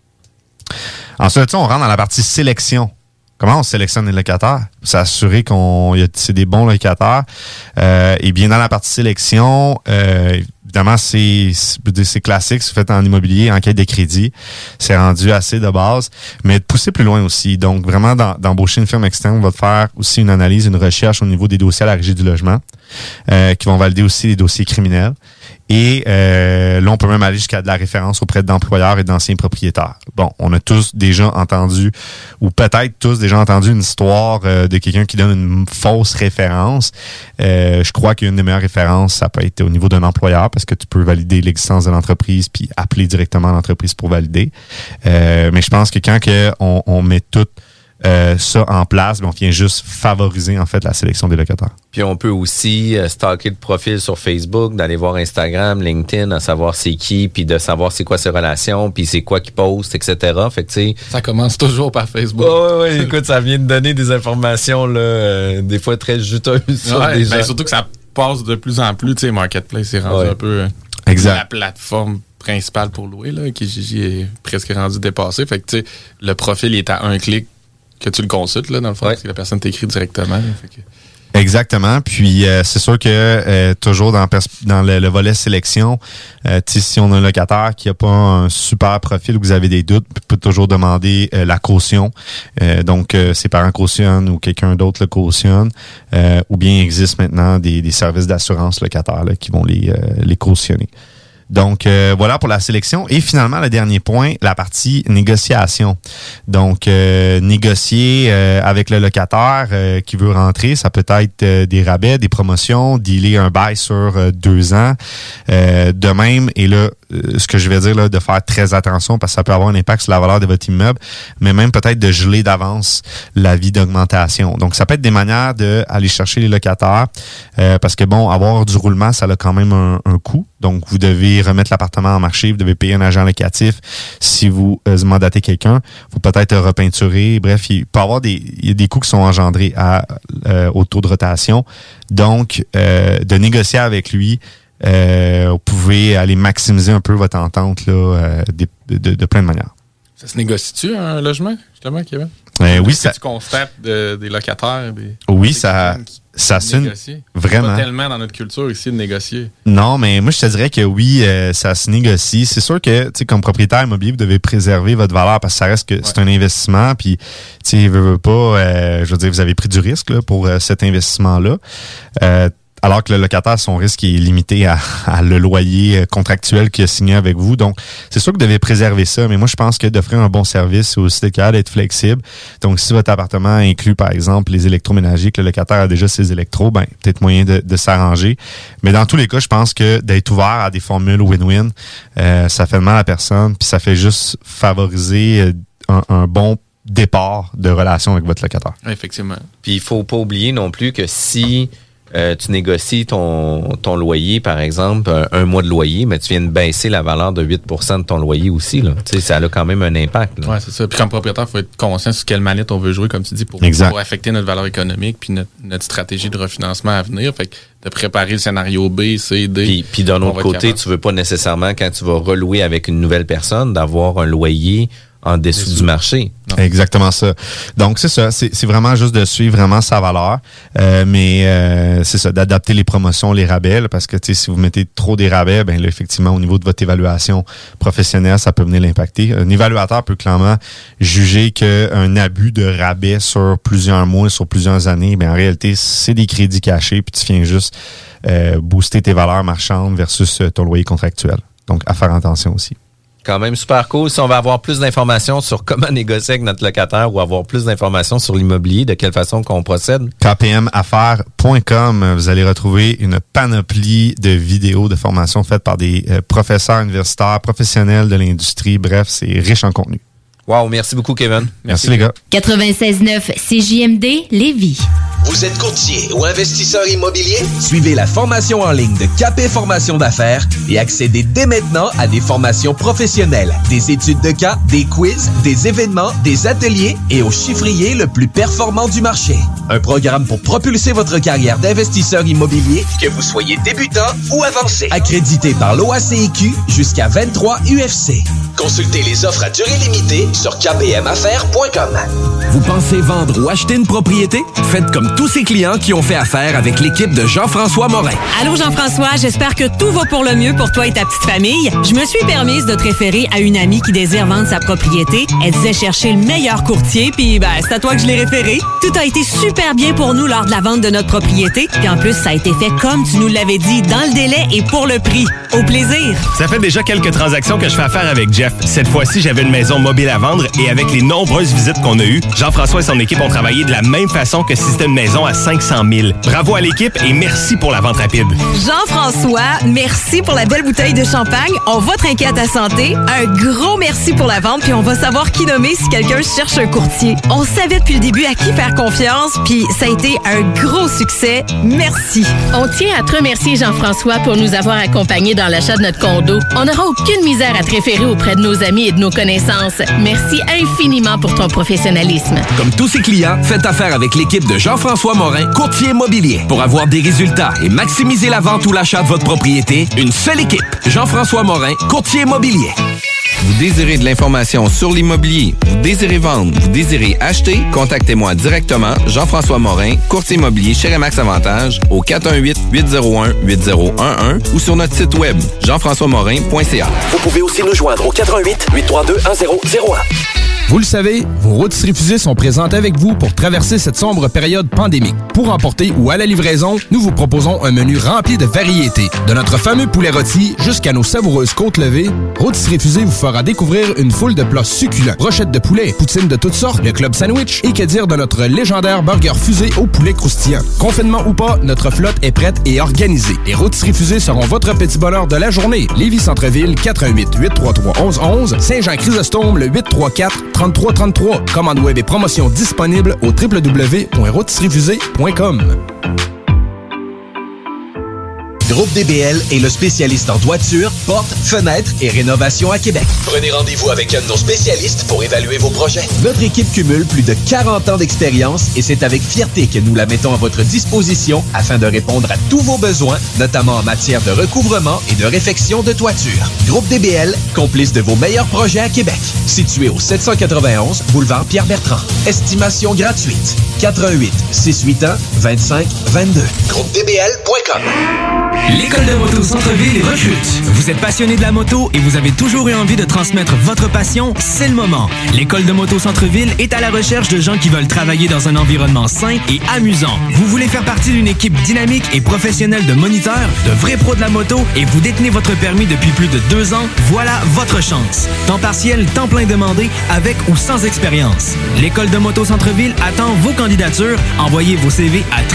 Ensuite, on rentre dans la partie sélection. Comment on sélectionne les locataires? S'assurer c'est des bons locataires. Et bien, dans la partie sélection, évidemment, c'est classique, c'est fait en immobilier, enquête de crédit. C'est rendu assez de base, mais de pousser plus loin aussi. Donc, vraiment, d'embaucher une firme externe va faire aussi une analyse, une recherche au niveau des dossiers à la régie du logement, qui vont valider aussi les dossiers criminels. Et là, on peut même aller jusqu'à de la référence auprès d'employeurs et d'anciens propriétaires. Bon, on a tous déjà entendu, ou peut-être tous déjà entendu une histoire de quelqu'un qui donne une fausse référence. Je crois qu'une des meilleures références, ça peut être au niveau d'un employeur, parce que tu peux valider l'existence de l'entreprise puis appeler directement l'entreprise pour valider. Mais je pense que quand on met tout ça en place, mais on vient juste favoriser en fait la sélection des locataires. Puis on peut aussi stalker le profil sur Facebook, d'aller voir Instagram, LinkedIn, à savoir c'est qui, puis de savoir c'est quoi ses relations, puis c'est quoi qu'il poste, etc. Fait que tu sais, ça commence toujours par Facebook. Ouais, écoute, ça vient de donner des informations là, des fois très juteuses sur des gens. Surtout que ça passe de plus en plus, tu sais, Marketplace c'est rendu un peu la plateforme principale pour louer là, Kijiji est presque rendu dépassé. Fait que tu sais, le profil est à un clic que tu le consultes là dans le fond, parce que la personne t'écrit directement. Fait que... Exactement. Puis c'est sûr que toujours dans le volet sélection, si on a un locataire qui n'a pas un super profil ou que vous avez des doutes, vous pouvez toujours demander la caution. Donc ses parents cautionnent ou quelqu'un d'autre le cautionne. Ou bien il existe maintenant des services d'assurance locataire là, qui vont les cautionner. Donc, voilà pour la sélection. Et finalement, le dernier point, la partie négociation. Donc, négocier avec le locataire qui veut rentrer, ça peut être des rabais, des promotions, dealer un bail sur 2 ans. De même, et là, ce que je vais dire, là, de faire très attention parce que ça peut avoir un impact sur la valeur de votre immeuble, mais même peut-être de geler d'avance l'avis d'augmentation. Donc, ça peut être des manières d'aller chercher les locataires parce que, bon, avoir du roulement, ça a quand même un coût. Donc, vous devez remettre l'appartement en marché, vous devez payer un agent locatif. Si vous mandatez quelqu'un, vous peut-être repeinturer. Bref, il peut y avoir des coûts qui sont engendrés au taux de rotation. Donc, de négocier avec lui, vous pouvez aller maximiser un peu votre entente là, de plein de manières. Ça se négocie-tu un logement, justement, Kevin? Oui, ça. Tu constates des locataires? Ça se négocie. Vraiment. C'est pas tellement dans notre culture ici de négocier. Non, mais moi, je te dirais que oui, ça se négocie. C'est sûr que, tu sais, comme propriétaire immobilier, vous devez préserver votre valeur parce que ça reste que c'est un investissement. Puis, tu sais, veux pas, je veux dire, vous avez pris du risque là, pour cet investissement-là. Alors que le locataire, son risque est limité à le loyer contractuel qu'il a signé avec vous. Donc, c'est sûr que vous devez préserver ça, mais moi, je pense que d'offrir un bon service, c'est aussi le cas d'être flexible. Donc, si votre appartement inclut, par exemple, les électroménagers, que le locataire a déjà ses électros, ben peut-être moyen de s'arranger. Mais dans tous les cas, je pense que d'être ouvert à des formules win-win, ça fait de mal à personne, puis ça fait juste favoriser un bon départ de relation avec votre locataire. Effectivement. Puis, il faut pas oublier non plus que si... tu négocies ton loyer, par exemple, un mois de loyer, mais tu viens de baisser la valeur de 8% de ton loyer aussi. Là. Tu sais, ça a quand même un impact. Oui, c'est ça. Puis comme propriétaire, il faut être conscient sur quelle manette on veut jouer, comme tu dis, pour affecter notre valeur économique puis notre stratégie de refinancement à venir. Fait que de préparer le scénario B, C, D. Puis d'un autre côté, tu veux pas nécessairement, quand tu vas relouer avec une nouvelle personne, d'avoir un loyer en dessous du marché. Non. Exactement ça. Donc, c'est ça. C'est vraiment juste de suivre vraiment sa valeur. Mais c'est ça, d'adapter les promotions, les rabais, là, parce que si vous mettez trop des rabais, ben là, effectivement, au niveau de votre évaluation professionnelle, ça peut venir l'impacter. Un évaluateur peut clairement juger qu'un abus de rabais sur plusieurs mois, sur plusieurs années, ben en réalité, c'est des crédits cachés, puis tu viens juste booster tes valeurs marchandes versus ton loyer contractuel. Donc, à faire attention aussi. Quand même super cool. Si on va avoir plus d'informations sur comment négocier avec notre locataire ou avoir plus d'informations sur l'immobilier, de quelle façon qu'on procède? kpmaffaires.com. Vous allez retrouver une panoplie de vidéos de formation faites par des professeurs universitaires, professionnels de l'industrie. Bref, c'est riche en contenu. Wow, merci beaucoup, Kevin. Merci les gars. 96.9 CJMD Lévis. Vous êtes courtier ou investisseur immobilier? Suivez la formation en ligne de KP Formation d'affaires et accédez dès maintenant à des formations professionnelles, des études de cas, des quiz, des événements, des ateliers et au chiffrier le plus performant du marché. Un programme pour propulser votre carrière d'investisseur immobilier, que vous soyez débutant ou avancé. Accrédité par l'OACIQ jusqu'à 23 UFC. Consultez les offres à durée limitée sur kpmaffaires.com. Vous pensez vendre ou acheter une propriété? Faites comme tous ces clients qui ont fait affaire avec l'équipe de Jean-François Morin. Allô Jean-François, j'espère que tout va pour le mieux pour toi et ta petite famille. Je me suis permise de te référer à une amie qui désire vendre sa propriété. Elle disait chercher le meilleur courtier, puis c'est à toi que je l'ai référé. Tout a été super bien pour nous lors de la vente de notre propriété. Puis en plus, ça a été fait comme tu nous l'avais dit, dans le délai et pour le prix. Au plaisir! Ça fait déjà quelques transactions que je fais affaire avec Jeff. Cette fois-ci, j'avais une maison mobile à vendre. vendre et avec les nombreuses visites qu'on a eues, Jean-François et son équipe ont travaillé de la même façon que Système Maison à 500 000. Bravo à l'équipe et merci pour la vente rapide. Jean-François, merci pour la belle bouteille de champagne. On va trinquer à ta santé. Un gros merci pour la vente, puis on va savoir qui nommer si quelqu'un cherche un courtier. On savait depuis le début à qui faire confiance, puis ça a été un gros succès. Merci. On tient à te remercier, Jean-François, pour nous avoir accompagnés dans l'achat de notre condo. On n'aura aucune misère à te référer auprès de nos amis et de nos connaissances. Merci infiniment pour ton professionnalisme. Comme tous ses clients, faites affaire avec l'équipe de Jean-François Morin, courtier immobilier. Pour avoir des résultats et maximiser la vente ou l'achat de votre propriété, une seule équipe. Jean-François Morin, courtier immobilier. Vous désirez de l'information sur l'immobilier, vous désirez vendre, vous désirez acheter, contactez-moi directement, Jean-François Morin, courtier immobilier chez Remax Avantage, au 418-801-8011 ou sur notre site web, jean-françois-morin.ca. Vous pouvez aussi nous joindre au 418-832-1001. Vous le savez, vos rôtisseries fusées sont présentes avec vous pour traverser cette sombre période pandémique. Pour emporter ou à la livraison, nous vous proposons un menu rempli de variétés. De notre fameux poulet rôti jusqu'à nos savoureuses côtes levées, Rôtisseries Fusées vous fera découvrir une foule de plats succulents. Brochettes de poulet, poutines de toutes sortes, le club sandwich et que dire de notre légendaire burger fusé au poulet croustillant. Confinement ou pas, notre flotte est prête et organisée. Les Rôtisseries Fusées seront votre petit bonheur de la journée. Lévis Centreville, 418-833-1111. Saint-Jean-Chrysostome, le 834-3333. Commande web et promotion disponible au www.rôtisseriesfusées.com. Groupe DBL est le spécialiste en toiture, portes, fenêtres et rénovation à Québec. Prenez rendez-vous avec un de nos spécialistes pour évaluer vos projets. Notre équipe cumule plus de 40 ans d'expérience et c'est avec fierté que nous la mettons à votre disposition afin de répondre à tous vos besoins, notamment en matière de recouvrement et de réfection de toiture. Groupe DBL, complice de vos meilleurs projets à Québec. Situé au 791 boulevard Pierre-Bertrand. Estimation gratuite. 418-681-2522. GroupeDBL.com. L'École de moto Centre-Ville recrute. Vous êtes passionné de la moto et vous avez toujours eu envie de transmettre votre passion, c'est le moment. L'École de moto Centre-Ville est à la recherche de gens qui veulent travailler dans un environnement sain et amusant. Vous voulez faire partie d'une équipe dynamique et professionnelle de moniteurs, de vrais pros de la moto et vous détenez votre permis depuis plus de 2 ans? Voilà votre chance. Temps partiel, temps plein demandé, avec ou sans expérience. L'École de moto Centre-Ville attend vos candidatures. Envoyez vos CV à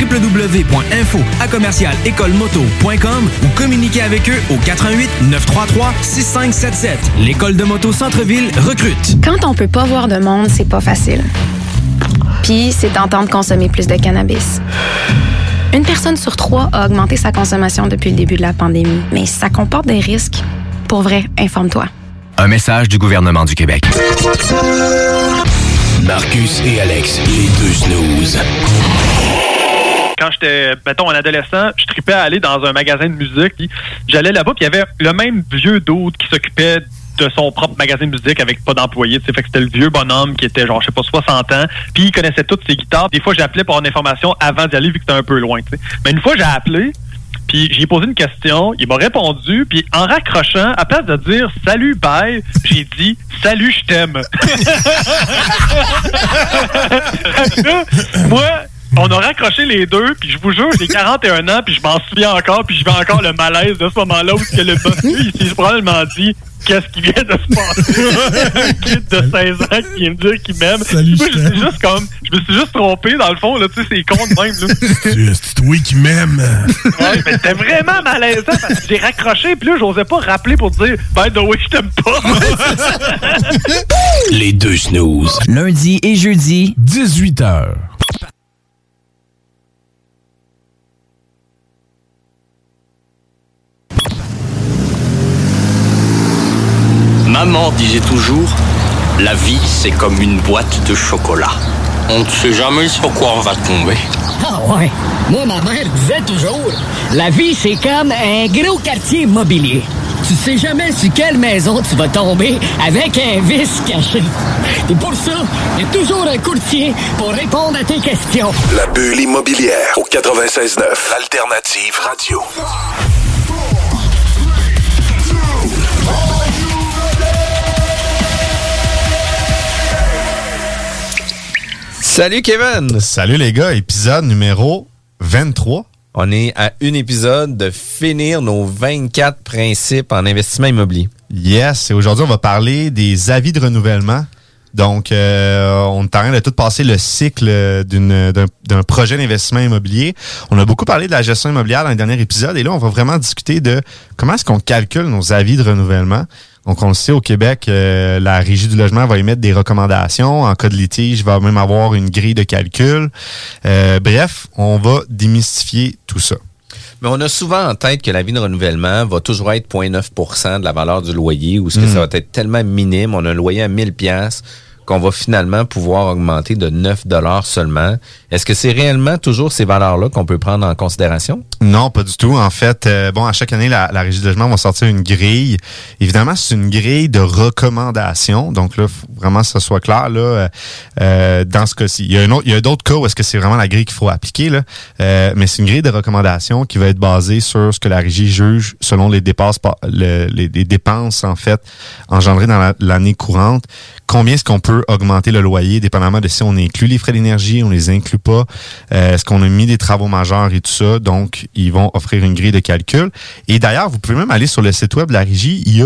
www.info@écolemoto.com ou communiquez avec eux au 418-933-6577. L'École de moto Centre-Ville recrute. Quand on peut pas voir de monde, c'est pas facile. Puis, c'est tentant de consommer plus de cannabis. Une personne sur 3 a augmenté sa consommation depuis le début de la pandémie. Mais ça comporte des risques. Pour vrai, informe-toi. Un message du gouvernement du Québec. Marcus et Alex, les deux snooze. Quand j'étais, mettons, un adolescent, je tripais à aller dans un magasin de musique. Puis j'allais là-bas, puis il y avait le même vieux dude qui s'occupait de son propre magasin de musique avec pas d'employés. Fait que c'était le vieux bonhomme qui était genre, je sais pas, 60 ans. Puis il connaissait toutes ses guitares. Des fois, j'appelais pour avoir une information avant d'y aller, vu que c'était un peu loin. T'sais. Mais une fois, j'ai appelé, puis j'ai posé une question. Il m'a répondu, puis en raccrochant, à place de dire « Salut, bye », j'ai dit « Salut, je t'aime ». Moi... On a raccroché les deux, puis je vous jure, j'ai 41 ans, puis je m'en souviens encore, puis je vais encore le malaise de ce moment-là où que le monsieur, il s'est probablement dit « Qu'est-ce qui vient de se passer? » Un kid de 16 ans qui vient me dire qu'il m'aime. Moi, je me suis juste trompé, dans le fond, là, tu sais, c'est con de même, là. C'est toi qui m'aimes. Ouais, mais c'était vraiment malaisant, parce que j'ai raccroché, puis là, j'osais pas rappeler pour dire « By the way, je t'aime pas. » Les deux snooze. Lundi et jeudi, 18h. Maman disait toujours, la vie c'est comme une boîte de chocolat. On ne sait jamais sur quoi on va tomber. Ah ouais, moi ma mère disait toujours, la vie c'est comme un gros quartier immobilier. Tu sais jamais sur quelle maison tu vas tomber avec un vice caché. Et pour ça, il y a toujours un courtier pour répondre à tes questions. La bulle immobilière au 96.9, l'alternative radio. Salut Kevin! Salut les gars, épisode numéro 23. On est à un épisode de finir nos 24 principes en investissement immobilier. Yes, et aujourd'hui on va parler des avis de renouvellement Donc, on est en train de tout passer le cycle d'un projet d'investissement immobilier. On a beaucoup parlé de la gestion immobilière dans le dernier épisode et là, on va vraiment discuter de comment est-ce qu'on calcule nos avis de renouvellement. Donc, on le sait, au Québec, la Régie du logement va émettre des recommandations. En cas de litige, il va même avoir une grille de calcul. Bref, on va démystifier tout ça. Mais on a souvent en tête que l'avis de renouvellement va toujours être 0,9 % de la valeur du loyer ou ce que ça va être tellement minime. On a un loyer à 1000 $ qu'on va finalement pouvoir augmenter de 9 $ seulement. Est-ce que c'est réellement toujours ces valeurs-là qu'on peut prendre en considération? Non, pas du tout. En fait, à chaque année, la Régie du logement va sortir une grille. Évidemment, c'est une grille de recommandation. Donc là, faut vraiment que ça soit clair là. Dans ce cas-ci, il y a d'autres cas où est-ce que c'est vraiment la grille qu'il faut appliquer là. Mais c'est une grille de recommandation qui va être basée sur ce que la Régie juge selon les dépenses, les dépenses en fait engendrées dans l'année courante. Combien est-ce qu'on peut augmenter le loyer, dépendamment de si on inclut les frais d'énergie, on les inclut pas, est-ce qu'on a mis des travaux majeurs et tout ça. Donc, ils vont offrir une grille de calcul. Et d'ailleurs, vous pouvez même aller sur le site web de la Régie. Il y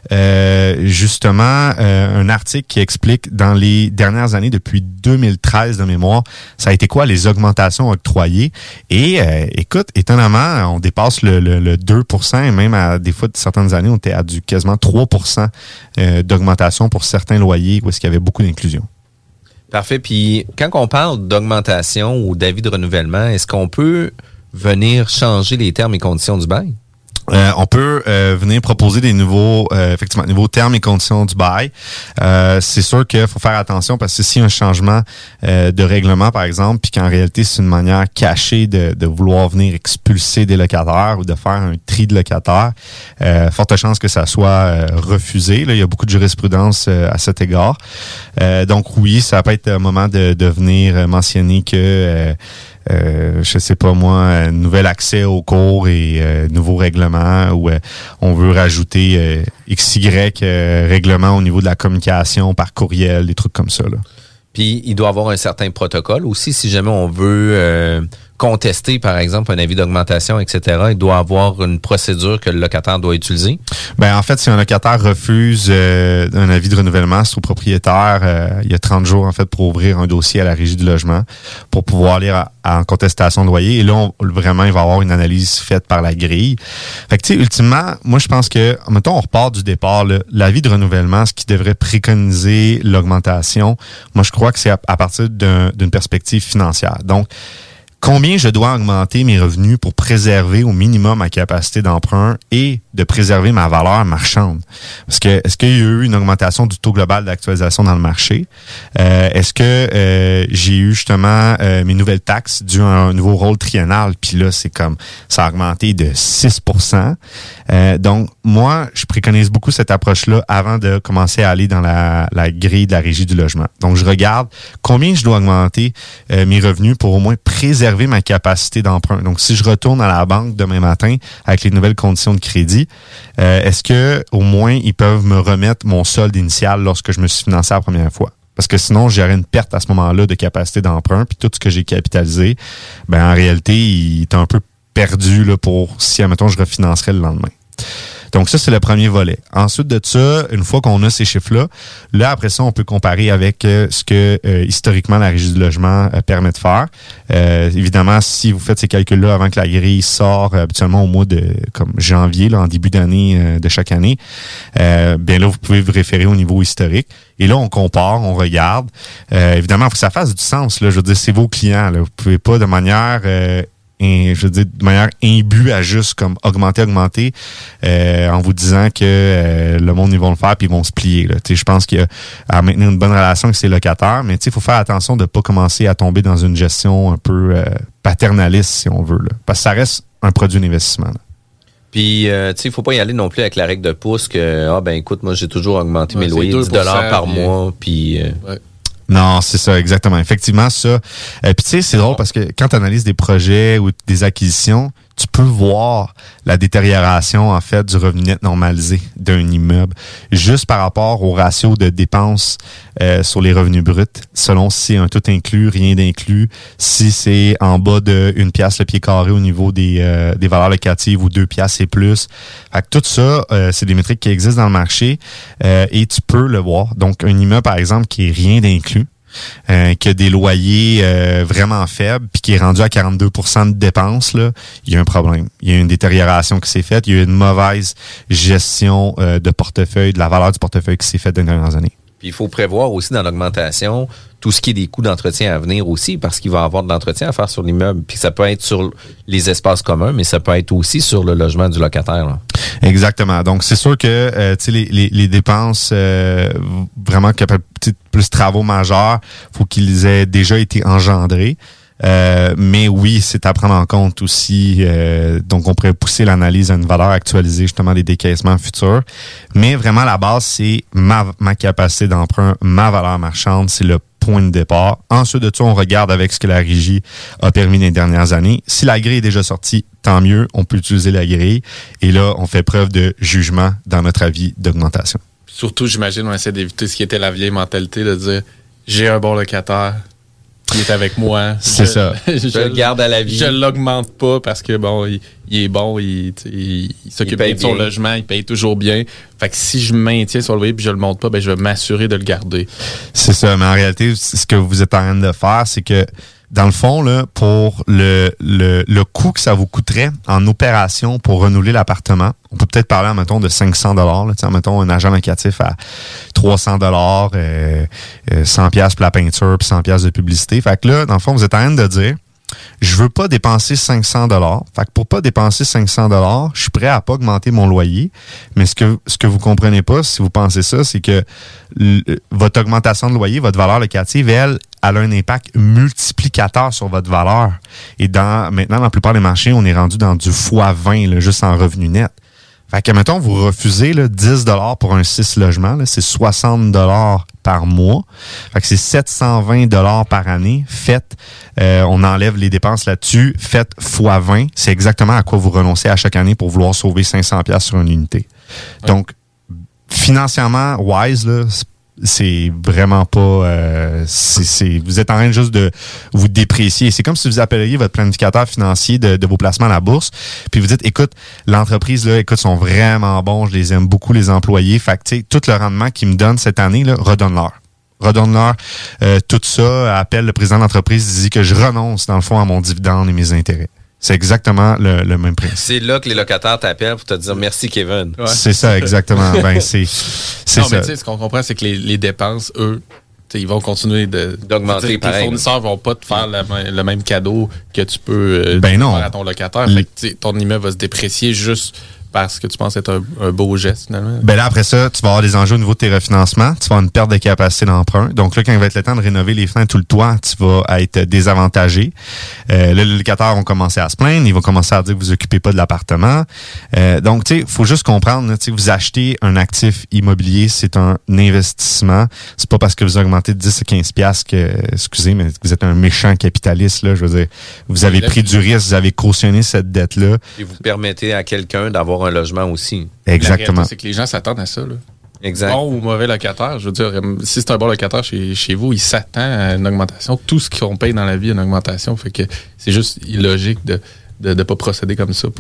a justement un article qui explique dans les dernières années, depuis 2013 de mémoire, ça a été quoi les augmentations octroyées. Et écoute, étonnamment, on dépasse le 2% et même à des fois, de certaines années, on était à du quasiment 3% d'augmentation pour certains loyers où est-ce qu'il y avait beaucoup d'inclusion. Parfait. Puis, quand on parle d'augmentation ou d'avis de renouvellement, est-ce qu'on peut venir changer les termes et conditions du bail? On peut venir proposer des nouveaux termes et conditions du bail. C'est sûr qu'il faut faire attention parce que s'il y a un changement de règlement, par exemple, puis qu'en réalité, c'est une manière cachée de vouloir venir expulser des locataires ou de faire un tri de locataires, forte chance que ça soit refusé. Là, il y a beaucoup de jurisprudence à cet égard. Donc oui, ça peut être un moment de venir mentionner que je sais pas moi, nouvel accès aux cours et nouveaux règlements où on veut rajouter XY règlement au niveau de la communication par courriel, des trucs comme ça, là. Puis, il doit avoir un certain protocole aussi. Si jamais on veut contester, par exemple, un avis d'augmentation, etc., il doit avoir une procédure que le locataire doit utiliser? Ben, en fait, si un locataire refuse un avis de renouvellement, c'est au propriétaire. Il y a 30 jours, en fait, pour ouvrir un dossier à la Régie du logement pour pouvoir aller en contestation de loyer. Et là, vraiment, il va y avoir une analyse faite par la grille. Fait que, tu sais, ultimement, moi, je pense que, mettons, on repart du départ, l'avis de renouvellement, ce qui devrait préconiser l'augmentation, moi, je crois que c'est à partir d'une perspective financière. Donc, combien je dois augmenter mes revenus pour préserver au minimum ma capacité d'emprunt et de préserver ma valeur marchande? Parce que est-ce qu'il y a eu une augmentation du taux global d'actualisation dans le marché? Est-ce que j'ai eu justement mes nouvelles taxes dues à un nouveau rôle triennal? Puis là, c'est comme ça a augmenté de 6%. Donc, moi, je préconise beaucoup cette approche-là avant de commencer à aller dans la grille de la Régie du logement. Donc, je regarde combien je dois augmenter mes revenus pour au moins préserver ma capacité d'emprunt. Donc, si je retourne à la banque demain matin avec les nouvelles conditions de crédit, est-ce que au moins ils peuvent me remettre mon solde initial lorsque je me suis financé la première fois? Parce que sinon, j'aurais une perte à ce moment-là de capacité d'emprunt, puis tout ce que j'ai capitalisé, ben en réalité, il est un peu perdu là, pour si, admettons, je refinancerais le lendemain. Donc ça, c'est le premier volet. Ensuite de ça, une fois qu'on a ces chiffres-là, là, après ça, on peut comparer avec ce que historiquement la Régie du logement permet de faire. Évidemment, si vous faites ces calculs-là avant que la grille sort habituellement au mois de comme janvier, là, en début d'année de chaque année, bien là, vous pouvez vous référer au niveau historique. Et là, on compare, on regarde. Évidemment, il faut que ça fasse du sens. Là, je veux dire, c'est vos clients. Là. Vous pouvez pas de manière... de manière imbue à juste comme augmenter en vous disant que le monde ils vont le faire puis ils vont se plier là. Je pense qu'il y a à maintenir une bonne relation avec ses locataires, mais il faut faire attention de pas commencer à tomber dans une gestion un peu paternaliste si on veut là, parce que ça reste un produit d'investissement là. Puis, il faut pas y aller non plus avec la règle de pouce que écoute, moi j'ai toujours augmenté mes loyers $10 par mois puis Non, c'est ça, exactement. Effectivement, ça. Puis tu sais, c'est drôle parce que quand tu analyses des projets ou des acquisitions, tu peux voir la détérioration, en fait, du revenu net normalisé d'un immeuble juste par rapport au ratio de dépenses sur les revenus bruts, selon si c'est un tout inclus, rien d'inclus, si c'est en bas de 1 piastre le pied carré au niveau des valeurs locatives ou 2 piastres et plus. Fait que tout ça, c'est des métriques qui existent dans le marché et tu peux le voir. Donc, un immeuble, par exemple, qui est rien d'inclus, qui a des loyers vraiment faibles, puis qui est rendu à 42% de dépenses, là, il y a un problème. Il y a une détérioration qui s'est faite. Il y a une mauvaise gestion de portefeuille, de la valeur du portefeuille qui s'est faite dans les dernières années. Puis il faut prévoir aussi dans l'augmentation tout ce qui est des coûts d'entretien à venir aussi, parce qu'il va y avoir de l'entretien à faire sur l'immeuble. Puis ça peut être sur les espaces communs, mais ça peut être aussi sur le logement du locataire, là. Exactement. Donc, c'est sûr que les dépenses vraiment qui appellent plus travaux majeurs, faut qu'ils aient déjà été engendrés. Mais oui, c'est à prendre en compte aussi. Donc, on pourrait pousser l'analyse à une valeur actualisée justement des décaissements futurs. Mais vraiment, la base, c'est ma capacité d'emprunt, ma valeur marchande, c'est le point de départ. Ensuite de ça, on regarde avec ce que la régie a permis dans les dernières années. Si la grille est déjà sortie, tant mieux, on peut utiliser la grille. Et là, on fait preuve de jugement dans notre avis d'augmentation. Surtout, j'imagine, on essaie d'éviter ce qui était la vieille mentalité de dire « j'ai un bon locataire ». Il est avec moi. C'est ça. Je le garde à la vie. Je l'augmente pas parce que bon, il est bon, il s'occupe bien de son logement, il paye toujours bien. Fait que si je maintiens son loyer puis je le monte pas, ben je vais m'assurer de le garder. C'est ça. Mais en réalité, ce que vous êtes en train de faire, c'est que dans le fond, là, pour le coût que ça vous coûterait en opération pour renouveler l'appartement, on peut peut-être parler, mettons, de 500 $. Mettons, un agent locatif à 300 $, 100 $ pour la peinture puis 100 $ de publicité. Fait que là, dans le fond, vous êtes en train de dire, je veux pas dépenser 500 $. Fait que pour pas dépenser 500 $, je suis prêt à pas augmenter mon loyer. Mais ce que vous comprenez pas, si vous pensez ça, c'est que votre augmentation de loyer, votre valeur locative, elle a un impact multiplicateur sur votre valeur. Et maintenant, dans la plupart des marchés, on est rendu dans du x20, là, juste en revenu net. Fait que, mettons, vous refusez là, 10 $ pour un 6 logements, là, c'est 60 $ par mois. Fait que c'est 720 $ par année. Faites, on enlève les dépenses là-dessus. Faites x20. C'est exactement à quoi vous renoncez à chaque année pour vouloir sauver 500 $ sur une unité. Ouais. Donc, financièrement, wise, là, c'est vraiment pas... vous êtes en train juste de vous déprécier. C'est comme si vous appelleriez votre planificateur financier de vos placements à la bourse, puis vous dites, écoute, l'entreprise, là, écoute, sont vraiment bons, je les aime beaucoup, les employés. Fait que, tu sais, tout le rendement qu'ils me donnent cette année, là, redonne-leur tout ça. Appelle le président de l'entreprise, dit que je renonce, dans le fond, à mon dividende et mes intérêts. C'est exactement le même principe. C'est là que les locataires t'appellent pour te dire merci, Kevin. Ouais. C'est ça, exactement. Ben, c'est non, mais tu sais, ce qu'on comprend, c'est que les dépenses, eux, ils vont continuer d'augmenter. Les fournisseurs vont pas te faire le même cadeau que tu peux faire à ton locataire. Fait que ton immeuble va se déprécier juste parce que tu penses être un beau geste, finalement. Ben là, après ça, tu vas avoir des enjeux au niveau de tes refinancements. Tu vas avoir une perte de capacité d'emprunt. Donc là, quand il va être le temps de rénover les fenêtres, tout le toit, tu vas être désavantagé. Là, les locataires vont commencer à se plaindre. Ils vont commencer à dire que vous occupez pas de l'appartement. Donc, tu sais, faut juste comprendre, tu sais, vous achetez un actif immobilier, c'est un investissement. C'est pas parce que vous augmentez de 10 à 15 piastres que, excusez, mais vous êtes un méchant capitaliste, là. Je veux dire, vous avez pris du risque, vous avez cautionné cette dette-là. Et vous permettez à quelqu'un d'avoir un logement aussi. Exactement. C'est que les gens s'attendent à ça, là. Exact. Bon ou mauvais locataire, je veux dire, si c'est un bon locataire chez vous, il s'attend à une augmentation. Tout ce qu'on paye dans la vie a une augmentation. Fait que c'est juste illogique de pas procéder comme ça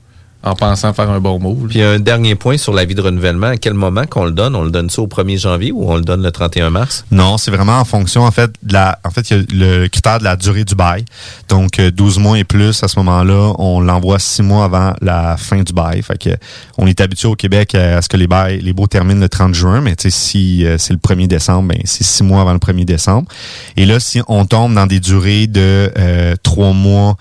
en pensant faire un bon move. Puis un dernier point sur l'avis de renouvellement. À quel moment qu'on le donne? On le donne ça au 1er janvier ou on le donne le 31 mars? Non, c'est vraiment en fonction, en fait, il y a le critère de la durée du bail. Donc, 12 mois et plus, à ce moment-là, on l'envoie 6 mois avant la fin du bail. Fait que, on est habitué au Québec à ce que les baux terminent le 30 juin, mais tu sais, si c'est le 1er décembre, ben, c'est 6 mois avant le 1er décembre. Et là, si on tombe dans des durées de 3 mois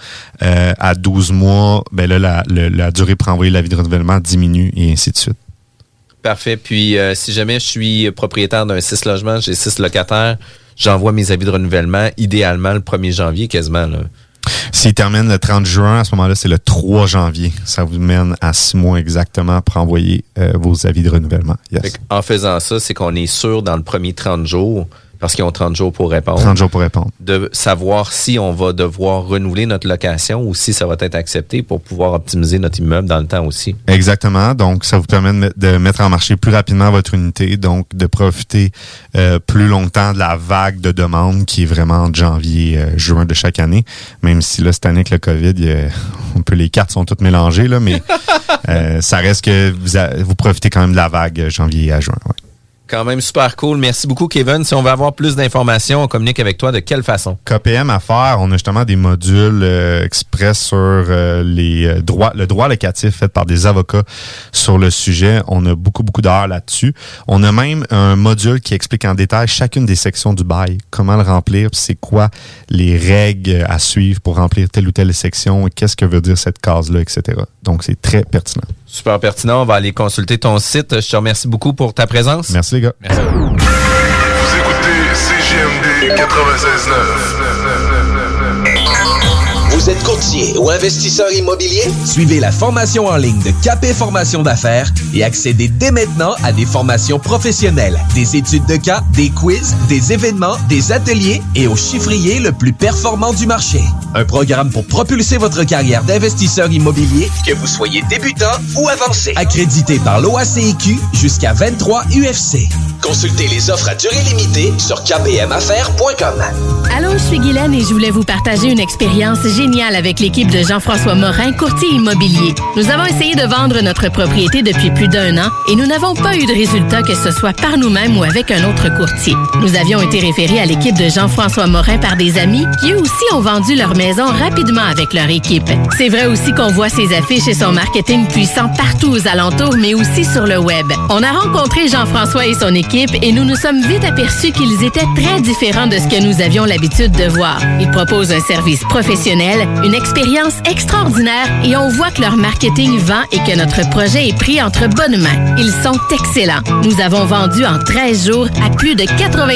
à 12 mois, ben là, la durée pour envoyer l'avis de renouvellement diminue et ainsi de suite. Parfait. Puis, si jamais je suis propriétaire d'un 6 logements, j'ai 6 locataires, j'envoie mes avis de renouvellement idéalement le 1er janvier quasiment, là. S'il termine le 30 juin, à ce moment-là, c'est le 3 janvier. Ça vous mène à 6 mois exactement pour envoyer vos avis de renouvellement. Yes. En faisant ça, c'est qu'on est sûr dans le premier 30 jours Parce qu'ils ont 30 jours pour répondre. 30 jours pour répondre. De savoir si on va devoir renouveler notre location ou si ça va être accepté pour pouvoir optimiser notre immeuble dans le temps aussi. Exactement. Donc, ça vous permet de mettre en marché plus rapidement votre unité, donc de profiter plus longtemps de la vague de demandes qui est vraiment de janvier, juin de chaque année. Même si là, cette année avec le COVID, les cartes sont toutes mélangées, là, mais ça reste que vous profitez quand même de la vague janvier à juin. Ouais. Quand même super cool. Merci beaucoup, Kevin. Si on veut avoir plus d'informations, on communique avec toi de quelle façon? KPM Affaires, on a justement des modules express sur le droit locatif fait par des avocats sur le sujet. On a beaucoup d'heures là-dessus. On a même un module qui explique en détail chacune des sections du bail, comment le remplir, c'est quoi les règles à suivre pour remplir telle ou telle section, qu'est-ce que veut dire cette case-là, etc. Donc, c'est très pertinent. Super pertinent. On va aller consulter ton site. Je te remercie beaucoup pour ta présence. Merci, les gars. Merci. Vous écoutez CJMD 96.9. Vous êtes courtier ou investisseur immobilier? Suivez la formation en ligne de Capé Formation d'affaires et accédez dès maintenant à des formations professionnelles, des études de cas, des quiz, des événements, des ateliers et au chiffrier le plus performant du marché. Un programme pour propulser votre carrière d'investisseur immobilier, que vous soyez débutant ou avancé. Accrédité par l'OACIQ jusqu'à 23 UFC. Consultez les offres à durée limitée sur kpmaffaires.com. Allô, je suis Guylaine et je voulais vous partager une expérience géniale avec l'équipe de Jean-François Morin, courtier immobilier. Nous avons essayé de vendre notre propriété depuis plus d'1 an et nous n'avons pas eu de résultat, que ce soit par nous-mêmes ou avec un autre courtier. Nous avions été référés à l'équipe de Jean-François Morin par des amis qui eux aussi ont vendu leur maison rapidement avec leur équipe. C'est vrai aussi qu'on voit ses affiches et son marketing puissant partout aux alentours, mais aussi sur le web. On a rencontré Jean-François et son équipe et nous nous sommes vite aperçus qu'ils étaient très différents de ce que nous avions l'habitude de voir. Ils proposent un service professionnel, une expérience extraordinaire et on voit que leur marketing vend et que notre projet est pris entre bonnes mains. Ils sont excellents. Nous avons vendu en 13 jours à plus de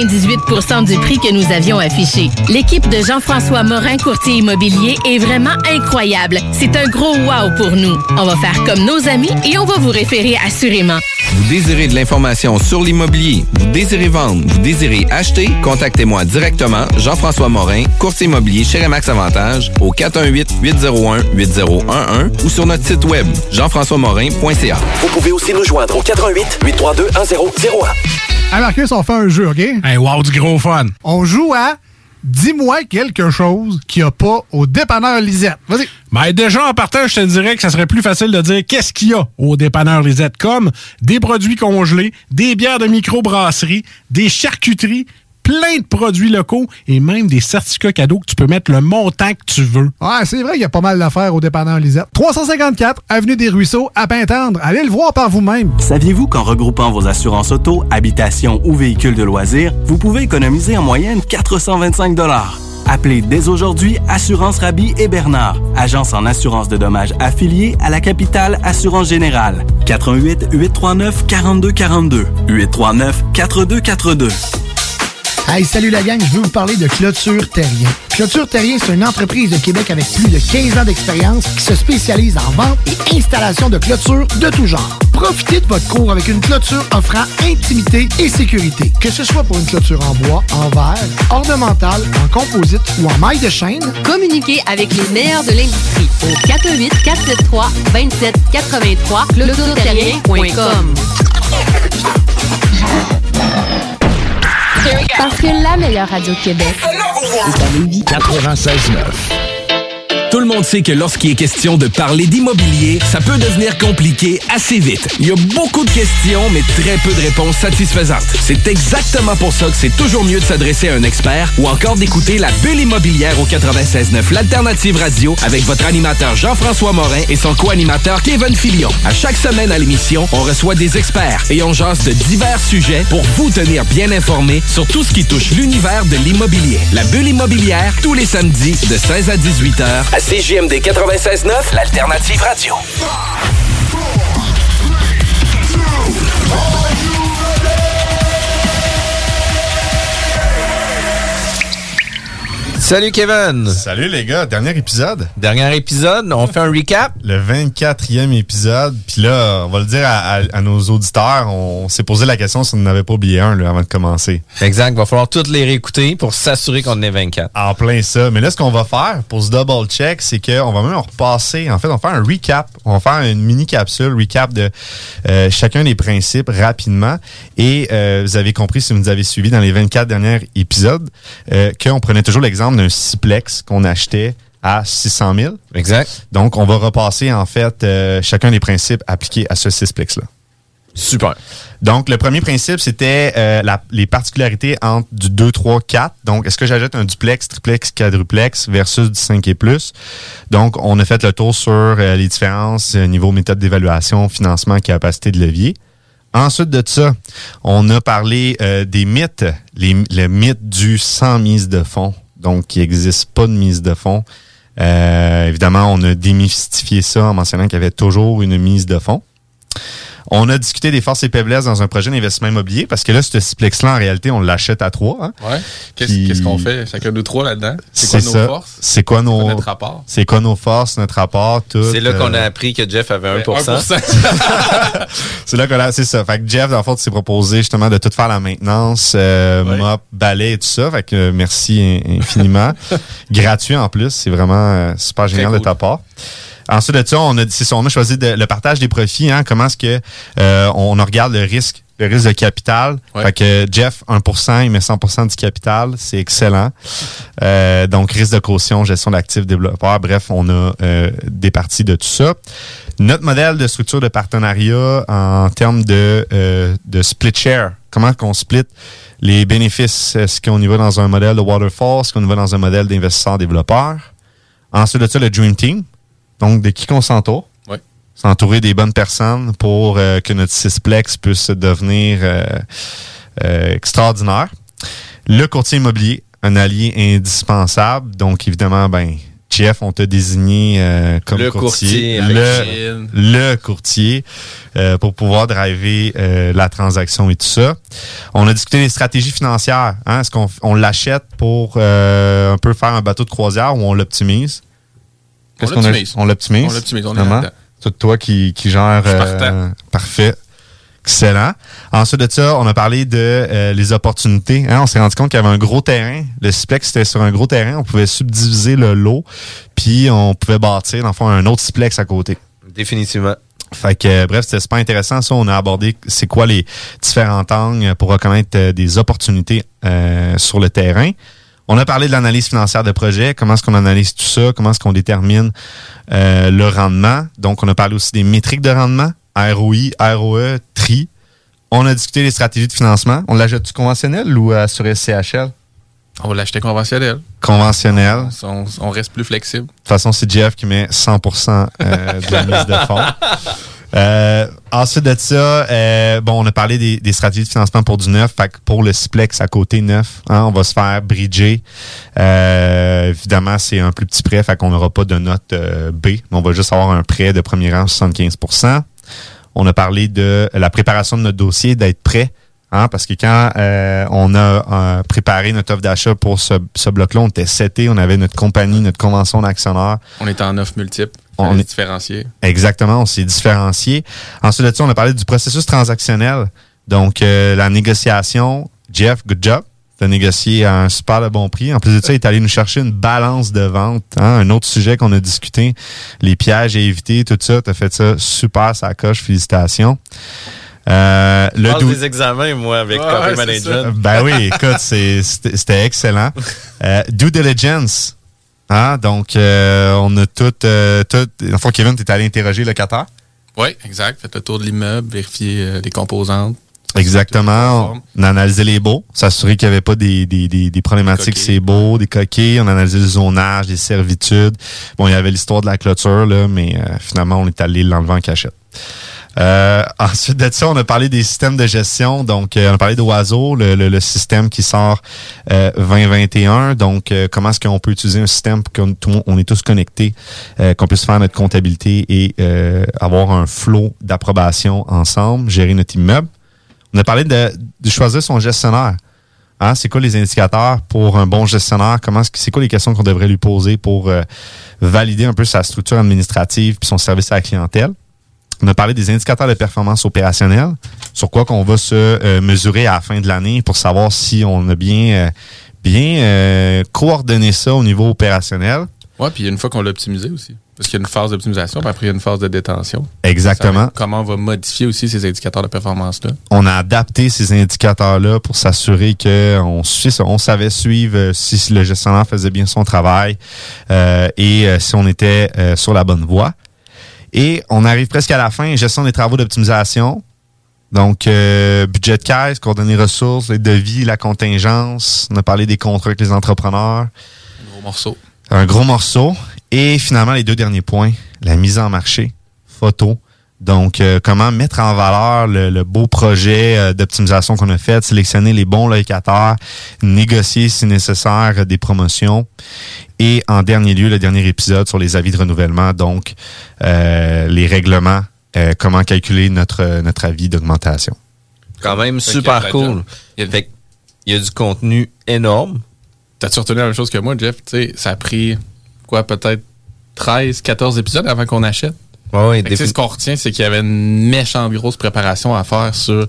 98% du prix que nous avions affiché. L'équipe de Jean-François Morin, courtier immobilier, est vraiment incroyable. C'est un gros wow pour nous. On va faire comme nos amis et on va vous référer assurément. Vous désirez de l'information sur l'immobilier, vous désirez vendre, vous désirez acheter, contactez-moi directement, Jean-François Morin, courtier immobilier chez Remax Avantage, au 418-801-8011 ou sur notre site web, jean-françois-morin.ca. Vous pouvez aussi nous joindre au 418-832-1001. Hey Marcus, on fait un jeu, OK? Hey, wow, du gros fun! On joue à Dis-moi quelque chose qu'il n'y a pas au dépanneur Lisette. Vas-y. Ben déjà, en partant, je te dirais que ça serait plus facile de dire qu'est-ce qu'il y a au dépanneur Lisette, comme des produits congelés, des bières de microbrasserie, des charcuteries, plein de produits locaux et même des certificats cadeaux que tu peux mettre le montant que tu veux. Ouais, c'est vrai qu'il y a pas mal d'affaires au dépanneur Lisette. 354 Avenue des Ruisseaux, à Pintendre. Allez le voir par vous-même. Saviez-vous qu'en regroupant vos assurances auto, habitation ou véhicules de loisirs, vous pouvez économiser en moyenne 425 $? Appelez dès aujourd'hui Assurance Rabi et Bernard, agence en assurance de dommages affiliée à la capitale Assurance Générale. 88-839-4242. 839-4242. Hey, salut la gang, je veux vous parler de Clôture Terrien. Clôture Terrien, c'est une entreprise de Québec avec plus de 15 ans d'expérience qui se spécialise en vente et installation de clôtures de tout genre. Profitez de votre cour avec une clôture offrant intimité et sécurité. Que ce soit pour une clôture en bois, en verre, ornementale, en composite ou en maille de chaîne, communiquez avec les meilleurs de l'industrie au 418-473-2783 clôtureterrien.com. Parce que la meilleure radio de Québec est à Lévis. 96.9. Tout le monde sait que lorsqu'il est question de parler d'immobilier, ça peut devenir compliqué assez vite. Il y a beaucoup de questions, mais très peu de réponses satisfaisantes. C'est exactement pour ça que c'est toujours mieux de s'adresser à un expert ou encore d'écouter la bulle immobilière au 96.9, l'alternative radio, avec votre animateur Jean-François Morin et son co-animateur Kevin Filion. À chaque semaine à l'émission, on reçoit des experts et on jase de divers sujets pour vous tenir bien informés sur tout ce qui touche l'univers de l'immobilier. La bulle immobilière, tous les samedis de 16 à 18 heures. CJMD 96.9, l'alternative radio. Salut Kevin. Salut les gars, dernier épisode. Dernier épisode, on fait un recap. Le 24e épisode. Puis là, on va le dire à nos auditeurs, on s'est posé la question si on n'avait pas oublié un là, avant de commencer. Exact, va falloir toutes les réécouter pour s'assurer qu'on en est 24. En plein ça. Mais là, ce qu'on va faire pour ce double check, c'est qu'on va même repasser. En fait, on va faire un recap. On va faire une mini capsule, recap de chacun des principes rapidement. Et vous avez compris, si vous nous avez suivis dans les 24 derniers épisodes, qu'on prenait toujours l'exemple d'un sixplex qu'on achetait à 600 000. Exact. Donc, on va repasser, en fait, chacun des principes appliqués à ce sixplex-là. Super. Donc, le premier principe, c'était les particularités entre du 2, 3, 4. Donc, est-ce que j'ajoute un duplex, triplex, quadruplex versus du 5 et plus? Donc, on a fait le tour sur les différences niveau méthode d'évaluation, financement, capacité de levier. Ensuite de ça, on a parlé des mythes, le mythe du sans mise de fonds. Donc, il n'existe pas de mise de fonds. Évidemment, on a démystifié ça en mentionnant qu'il y avait toujours une mise de fonds. On a discuté des forces et faiblesses dans un projet d'investissement immobilier parce que là, ce sixplex-là, en réalité, on l'achète à 3. Hein? Ouais. Qu'est-ce qu'on fait? Chacun de 3 là-dedans? C'est quoi nos forces? C'est quoi notre rapport? C'est quoi nos forces, notre rapport, tout. C'est là qu'on a appris que Jeff avait 1%. C'est là qu'on a, c'est ça. Fait que Jeff, dans le fond, s'est proposé justement de tout faire la maintenance, mop, balai et tout ça. Fait que merci infiniment. Gratuit en plus. C'est vraiment super génial de ta part. Ensuite de ça, on a choisi le partage des profits. Hein, comment est-ce que on regarde le risque de capital. Ouais. Fait que Jeff, 1%, il met 100% du capital. C'est excellent. Donc, risque de caution, gestion d'actifs, développeurs. Bref, on a des parties de tout ça. Notre modèle de structure de partenariat en termes de split share. Comment qu'on split les bénéfices? Est-ce qu'on y va dans un modèle de waterfall? Est-ce qu'on y va dans un modèle d'investisseur-développeur? Ensuite de ça, le Dream Team. Donc, de qui qu'on s'entoure? Oui. S'entourer des bonnes personnes pour que notre sixplex puisse devenir extraordinaire. Le courtier immobilier, un allié indispensable. Donc, évidemment, Jeff, on t'a désigné comme le courtier. Le courtier pour pouvoir driver la transaction et tout ça. On a discuté des stratégies financières. Hein? Est-ce qu'on l'achète pour un peu faire un bateau de croisière ou on l'optimise? On l'optimise. On est là-dedans. C'est toi qui gère. Parfait. Excellent. Ensuite de ça, on a parlé de les opportunités. Hein? On s'est rendu compte qu'il y avait un gros terrain. Le sixplex, c'était sur un gros terrain. On pouvait subdiviser le lot, puis on pouvait bâtir, dans le fond, un autre sixplex à côté. Définitivement. Fait que, bref, c'était super intéressant. Ça, on a abordé c'est quoi les différents angles pour reconnaître des opportunités sur le terrain. On a parlé de l'analyse financière de projet, comment est-ce qu'on analyse tout ça, comment est-ce qu'on détermine le rendement. Donc, on a parlé aussi des métriques de rendement, ROI, ROE, TRI. On a discuté des stratégies de financement. On l'achète-tu conventionnel ou sur SCHL? On va l'acheter conventionnel. Conventionnel. On reste plus flexible. De toute façon, c'est Jeff qui met 100% de la mise de fonds. Ensuite de ça, on a parlé des stratégies de financement pour du neuf. Fait que pour le sixplex à côté neuf, hein, on va se faire bridger. Évidemment, c'est un plus petit prêt, fait qu'on n'aura pas de note B, mais on va juste avoir un prêt de premier rang 75%. On a parlé de la préparation de notre dossier, d'être prêt. Hein, parce que quand on a préparé notre offre d'achat pour ce bloc-là, on était seté, on avait notre compagnie, notre convention d'actionnaires. On était en offre multiple. On est différencié. Exactement, on s'est différencié. Ensuite de ça, on a parlé du processus transactionnel. Donc, la négociation. Jeff, good job. Tu as négocié à un super bon prix. En plus de ça, il est allé nous chercher une balance de vente. Hein, un autre sujet qu'on a discuté. Les pièges à éviter, tout ça. Tu as fait ça super, ça coche. Félicitations. Je passe des examens, moi, avec Copy Management. Ben oui, écoute, c'était excellent. Due diligence. Hein? Donc, on a tout. En fait, Kevin, tu es allé interroger le locataire? Oui, exact. Faites le tour de l'immeuble, vérifier les composantes. Exactement. On a analysé les baux, s'assurer qu'il n'y avait pas des problématiques c'est beau, des coquilles. On a analysé le zonage, les servitudes. Bon, il y avait l'histoire de la clôture, là, mais finalement, on est allé l'enlever en cachette. Ensuite de ça, on a parlé des systèmes de gestion. Donc, on a parlé d'Oiseau, le système qui sort 2021. Donc, comment est-ce qu'on peut utiliser un système pour qu'on est tous connectés, qu'on puisse faire notre comptabilité et avoir un flow d'approbation ensemble, gérer notre immeuble. On a parlé de choisir son gestionnaire. Hein, c'est quoi les indicateurs pour un bon gestionnaire? C'est quoi les questions qu'on devrait lui poser pour valider un peu sa structure administrative puis son service à la clientèle? On a parlé des indicateurs de performance opérationnelle, sur quoi qu'on va se mesurer à la fin de l'année pour savoir si on a bien coordonné ça au niveau opérationnel. Oui, puis une fois qu'on l'a optimisé aussi. Parce qu'il y a une phase d'optimisation, puis après il y a une phase de détention. Exactement. Comment on va modifier aussi ces indicateurs de performance-là? On a adapté ces indicateurs-là pour s'assurer qu'on savait suivre si le gestionnaire faisait bien son travail et si on était sur la bonne voie. Et on arrive presque à la fin, gestion des travaux d'optimisation. Donc, budget de caisse, coordonnées ressources, les devis, la contingence. On a parlé des contrats avec les entrepreneurs. Un gros morceau. Et finalement, les 2 derniers points, la mise en marché, photo. Donc, comment mettre en valeur le beau projet d'optimisation qu'on a fait, sélectionner les bons locataires, négocier si nécessaire des promotions. Et en dernier lieu, le dernier épisode sur les avis de renouvellement, donc les règlements, comment calculer notre avis d'augmentation. Quand même super cool. Il y a du contenu énorme. T'as-tu retenu la même chose que moi, Jeff? T'sais, ça a pris, peut-être 13, 14 épisodes avant qu'on achète? Ouais, ce qu'on retient, c'est qu'il y avait une méchante grosse préparation à faire sur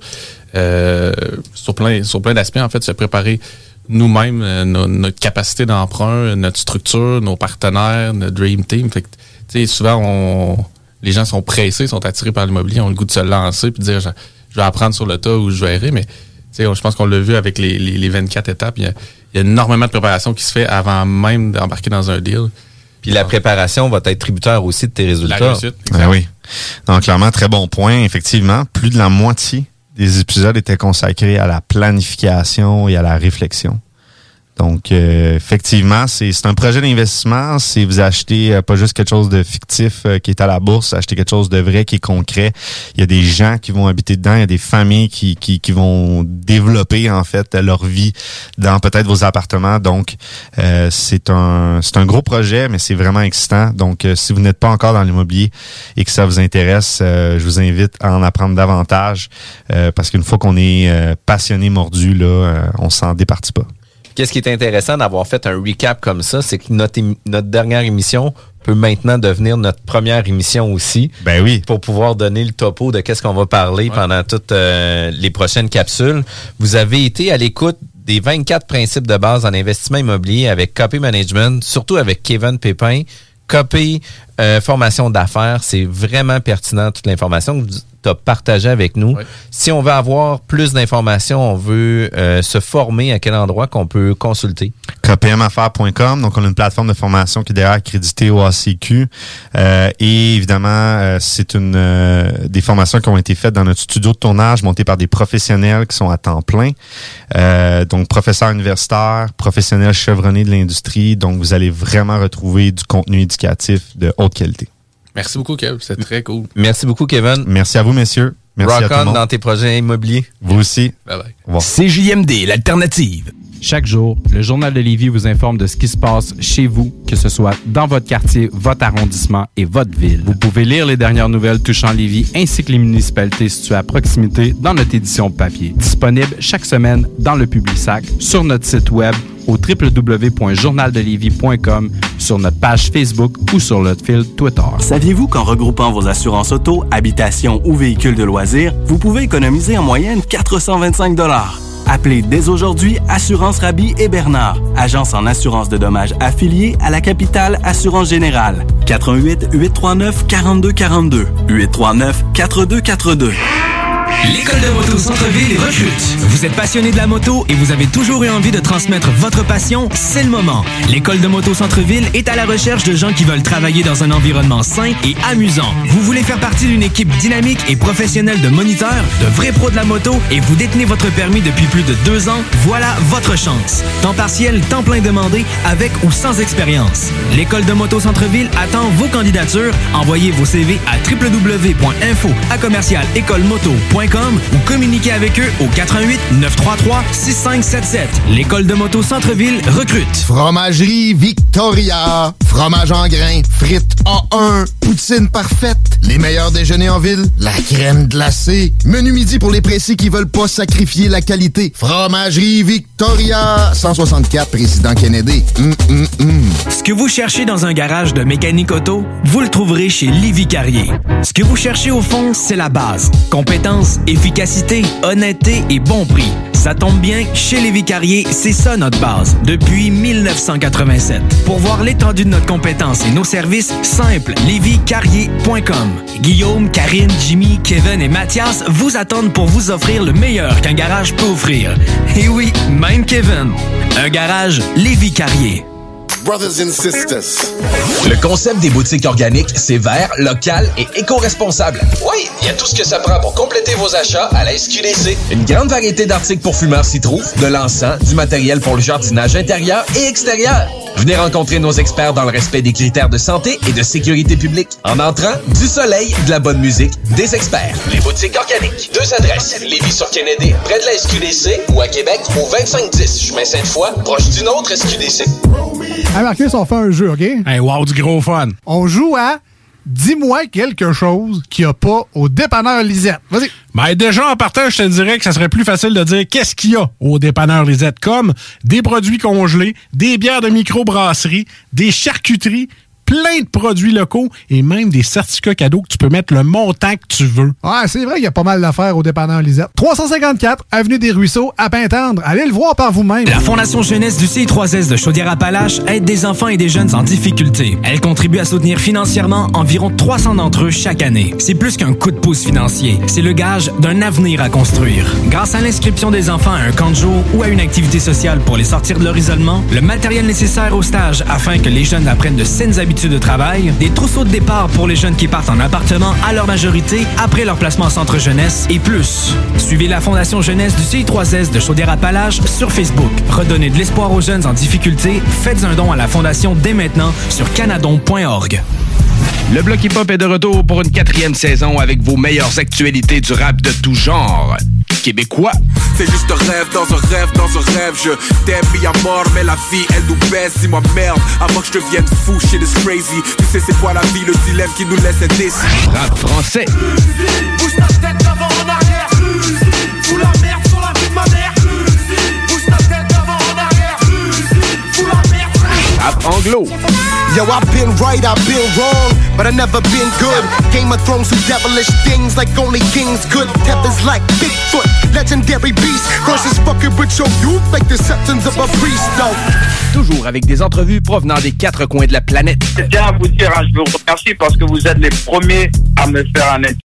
plein d'aspects, en fait, se préparer nous-mêmes, notre capacité d'emprunt, notre structure, nos partenaires, notre Dream Team. Fait que, souvent, les gens sont pressés, sont attirés par l'immobilier, ont le goût de se lancer puis de dire, je vais apprendre sur le tas ou je verrai, mais je pense qu'on l'a vu avec les 24 étapes. Il y a énormément de préparation qui se fait avant même d'embarquer dans un deal. Puis la préparation va être tributaire aussi de tes résultats. La réussite, exactement. Oui. Donc, clairement, très bon point. Effectivement, plus de la moitié des épisodes étaient consacrés à la planification et à la réflexion. Donc, effectivement, c'est un projet d'investissement. C'est vous achetez pas juste quelque chose de fictif qui est à la bourse, achetez quelque chose de vrai qui est concret. Il y a des gens qui vont habiter dedans, il y a des familles qui vont développer en fait leur vie dans peut-être vos appartements. Donc, c'est un gros projet, mais c'est vraiment excitant. Donc, si vous n'êtes pas encore dans l'immobilier et que ça vous intéresse, je vous invite à en apprendre davantage parce qu'une fois qu'on est passionné, mordu, là, on s'en départit pas. Qu'est-ce qui est intéressant d'avoir fait un recap comme ça, c'est que notre dernière émission peut maintenant devenir notre première émission aussi. Ben oui. Pour pouvoir donner le topo de qu'est-ce qu'on va parler pendant toutes les prochaines capsules. Vous avez été à l'écoute des 24 principes de base en investissement immobilier avec Copy Management, surtout avec Kevin Pépin. Copy, formation d'affaires, c'est vraiment pertinent toute l'information que tu as partagée avec nous. Oui. Si on veut avoir plus d'informations, on veut se former, à quel endroit qu'on peut consulter? copmaffaires.com, donc on a une plateforme de formation qui est d'ailleurs accréditée au ACQ et évidemment c'est des formations qui ont été faites dans notre studio de tournage monté par des professionnels qui sont à temps plein, donc professeurs universitaires, professionnels chevronnés de l'industrie, donc vous allez vraiment retrouver du contenu éducatif de haute qualité. Merci beaucoup, Kev. C'est très cool. Merci beaucoup, Kevin. Merci à vous, messieurs. Merci Rock à tout le monde. dans tes projets immobiliers. Vous aussi. Bye bye. CJMD, l'alternative. Chaque jour, le Journal de Lévis vous informe de ce qui se passe chez vous, que ce soit dans votre quartier, votre arrondissement et votre ville. Vous pouvez lire les dernières nouvelles touchant Lévis ainsi que les municipalités situées à proximité dans notre édition papier. Disponible chaque semaine dans le Publisac, sur notre site web au www.journaldelévis.com, sur notre page Facebook ou sur notre fil Twitter. Saviez-vous qu'en regroupant vos assurances auto, habitation ou véhicules de loisirs, vous pouvez économiser en moyenne 425 $? Appelez dès aujourd'hui Assurance Rabi et Bernard, agence en assurance de dommages affiliée à la Capitale Assurance Générale. 88 839 42 42 839 42 42. L'École de moto Centre-Ville recrute. Vous êtes passionné de la moto et vous avez toujours eu envie de transmettre votre passion? C'est le moment. L'École de moto Centre-Ville est à la recherche de gens qui veulent travailler dans un environnement sain et amusant. Vous voulez faire partie d'une équipe dynamique et professionnelle de moniteurs, de vrais pros de la moto et vous détenez votre permis depuis plus de 2 ans? Voilà votre chance. Temps partiel, temps plein demandé, avec ou sans expérience. L'École de moto Centre-Ville attend vos candidatures. Envoyez vos CV à www.info@écolemoto.com levicarrier.com ou communiquez avec eux au 88 933 6577. L'école de moto Centre-ville recrute. Fromagerie Victoria. Fromage en grains. Frites A1. Poutine parfaite. Les meilleurs déjeuners en ville. La crème glacée. Menu midi pour les pressés qui veulent pas sacrifier la qualité. Fromagerie Victoria. 164 Président Kennedy. Ce que vous cherchez dans un garage de mécanique auto, vous le trouverez chez Lévi Carrier. Ce que vous cherchez au fond, c'est la base. Compétence, efficacité, honnêteté et bon prix. Ça tombe bien, chez Lévi Carrier, c'est ça notre base, depuis 1987. Pour voir l'étendue de notre compétence et nos services, simple, levicarrier.com. Guillaume, Karine, Jimmy, Kevin et Mathias vous attendent pour vous offrir le meilleur qu'un garage peut offrir. Et oui, même Kevin. Un garage Lévi Carrier. Brothers and sisters. Le concept des boutiques organiques, c'est vert, local et éco-responsable. Oui, il y a tout ce que ça prend pour compléter vos achats à la SQDC. Une grande variété d'articles pour fumeurs s'y trouve, de l'encens, du matériel pour le jardinage intérieur et extérieur. Venez rencontrer nos experts dans le respect des critères de santé et de sécurité publique. En entrant, du soleil, de la bonne musique, des experts. Les boutiques organiques. 2 adresses. Lévis-sur-Kennedy, près de la SQDC, ou à Québec, au 2510 chemin Sainte-Foy, proche d'une autre SQDC. Hey Marcus, on fait un jeu, OK? Hey, wow, du gros fun. On joue à Dis-moi quelque chose qu'il n'y a pas au dépanneur Lisette. Vas-y. Ben déjà, en partant, je te dirais que ça serait plus facile de dire qu'est-ce qu'il y a au dépanneur Lisette, comme des produits congelés, des bières de microbrasserie, des charcuteries, plein de produits locaux et même des certificats cadeaux que tu peux mettre le montant que tu veux. Ouais, c'est vrai qu'il y a pas mal d'affaires au dépanneur Lisette. 354 Avenue des Ruisseaux, à Pintendre. Allez le voir par vous-même. La Fondation Jeunesse du CI3S de Chaudière-Appalaches aide des enfants et des jeunes en difficulté. Elle contribue à soutenir financièrement environ 300 d'entre eux chaque année. C'est plus qu'un coup de pouce financier. C'est le gage d'un avenir à construire. Grâce à l'inscription des enfants à un camp de jour ou à une activité sociale pour les sortir de leur isolement, le matériel nécessaire au stage afin que les jeunes apprennent de saines habitudes de travail, des trousseaux de départ pour les jeunes qui partent en appartement à leur majorité après leur placement en centre jeunesse et plus. Suivez la Fondation Jeunesse du CI3S de Chaudière-Appalaches sur Facebook. Redonnez de l'espoir aux jeunes en difficulté. Faites un don à la Fondation dès maintenant sur canadon.org. Le Bloc Hip-Hop est de retour pour une 4e saison avec vos meilleures actualités du rap de tout genre. Québécois. C'est juste un rêve dans un rêve dans un rêve. Je t'aime mis à mort, mais la vie elle nous baisse. Dis-moi merde, avant que je devienne fou, shit is crazy. Tu sais c'est quoi la vie, le dilemme qui nous laisse indécis. Rap français. Bouge ta tête d'avant en arrière. Fous la merde sur la vie de ma mère. Bouge ta tête d'avant en arrière. Fous la merde. Rap anglo. Yo, I've been right, I've been wrong, but I never been good. Game of Thrones do devilish things like only kings could. Peppers like Bigfoot, legendary beast. Versus fucking with your youth like the septons of a priest, though. Toujours avec des entrevues provenant des 4 coins de la planète. Je tiens à vous dire, je vous remercie parce que vous êtes les premiers à me faire un aide.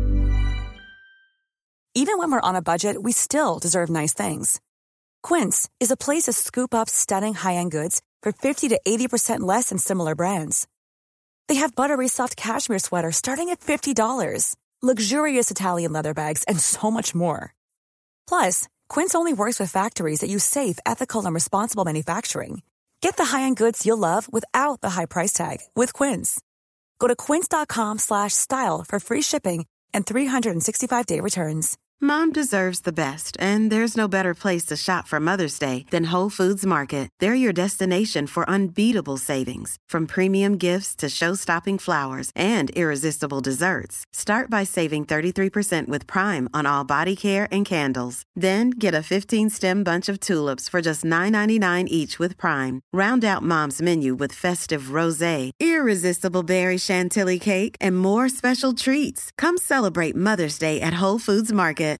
Even when we're on a budget, we still deserve nice things. Quince is a place to scoop up stunning high-end goods for 50 to 80% less than similar brands. They have buttery soft cashmere sweaters starting at $50, luxurious Italian leather bags, and so much more. Plus, Quince only works with factories that use safe, ethical, and responsible manufacturing. Get the high-end goods you'll love without the high price tag with Quince. Go to quince.com/style for free shipping and 365-day returns. Mom deserves the best, and there's no better place to shop for Mother's Day than Whole Foods Market. They're your destination for unbeatable savings, from premium gifts to show-stopping flowers and irresistible desserts. Start by saving 33% with Prime on all body care and candles. Then get a 15-stem bunch of tulips for just $9.99 each with Prime. Round out Mom's menu with festive rosé, irresistible berry chantilly cake, and more special treats. Come celebrate Mother's Day at Whole Foods Market.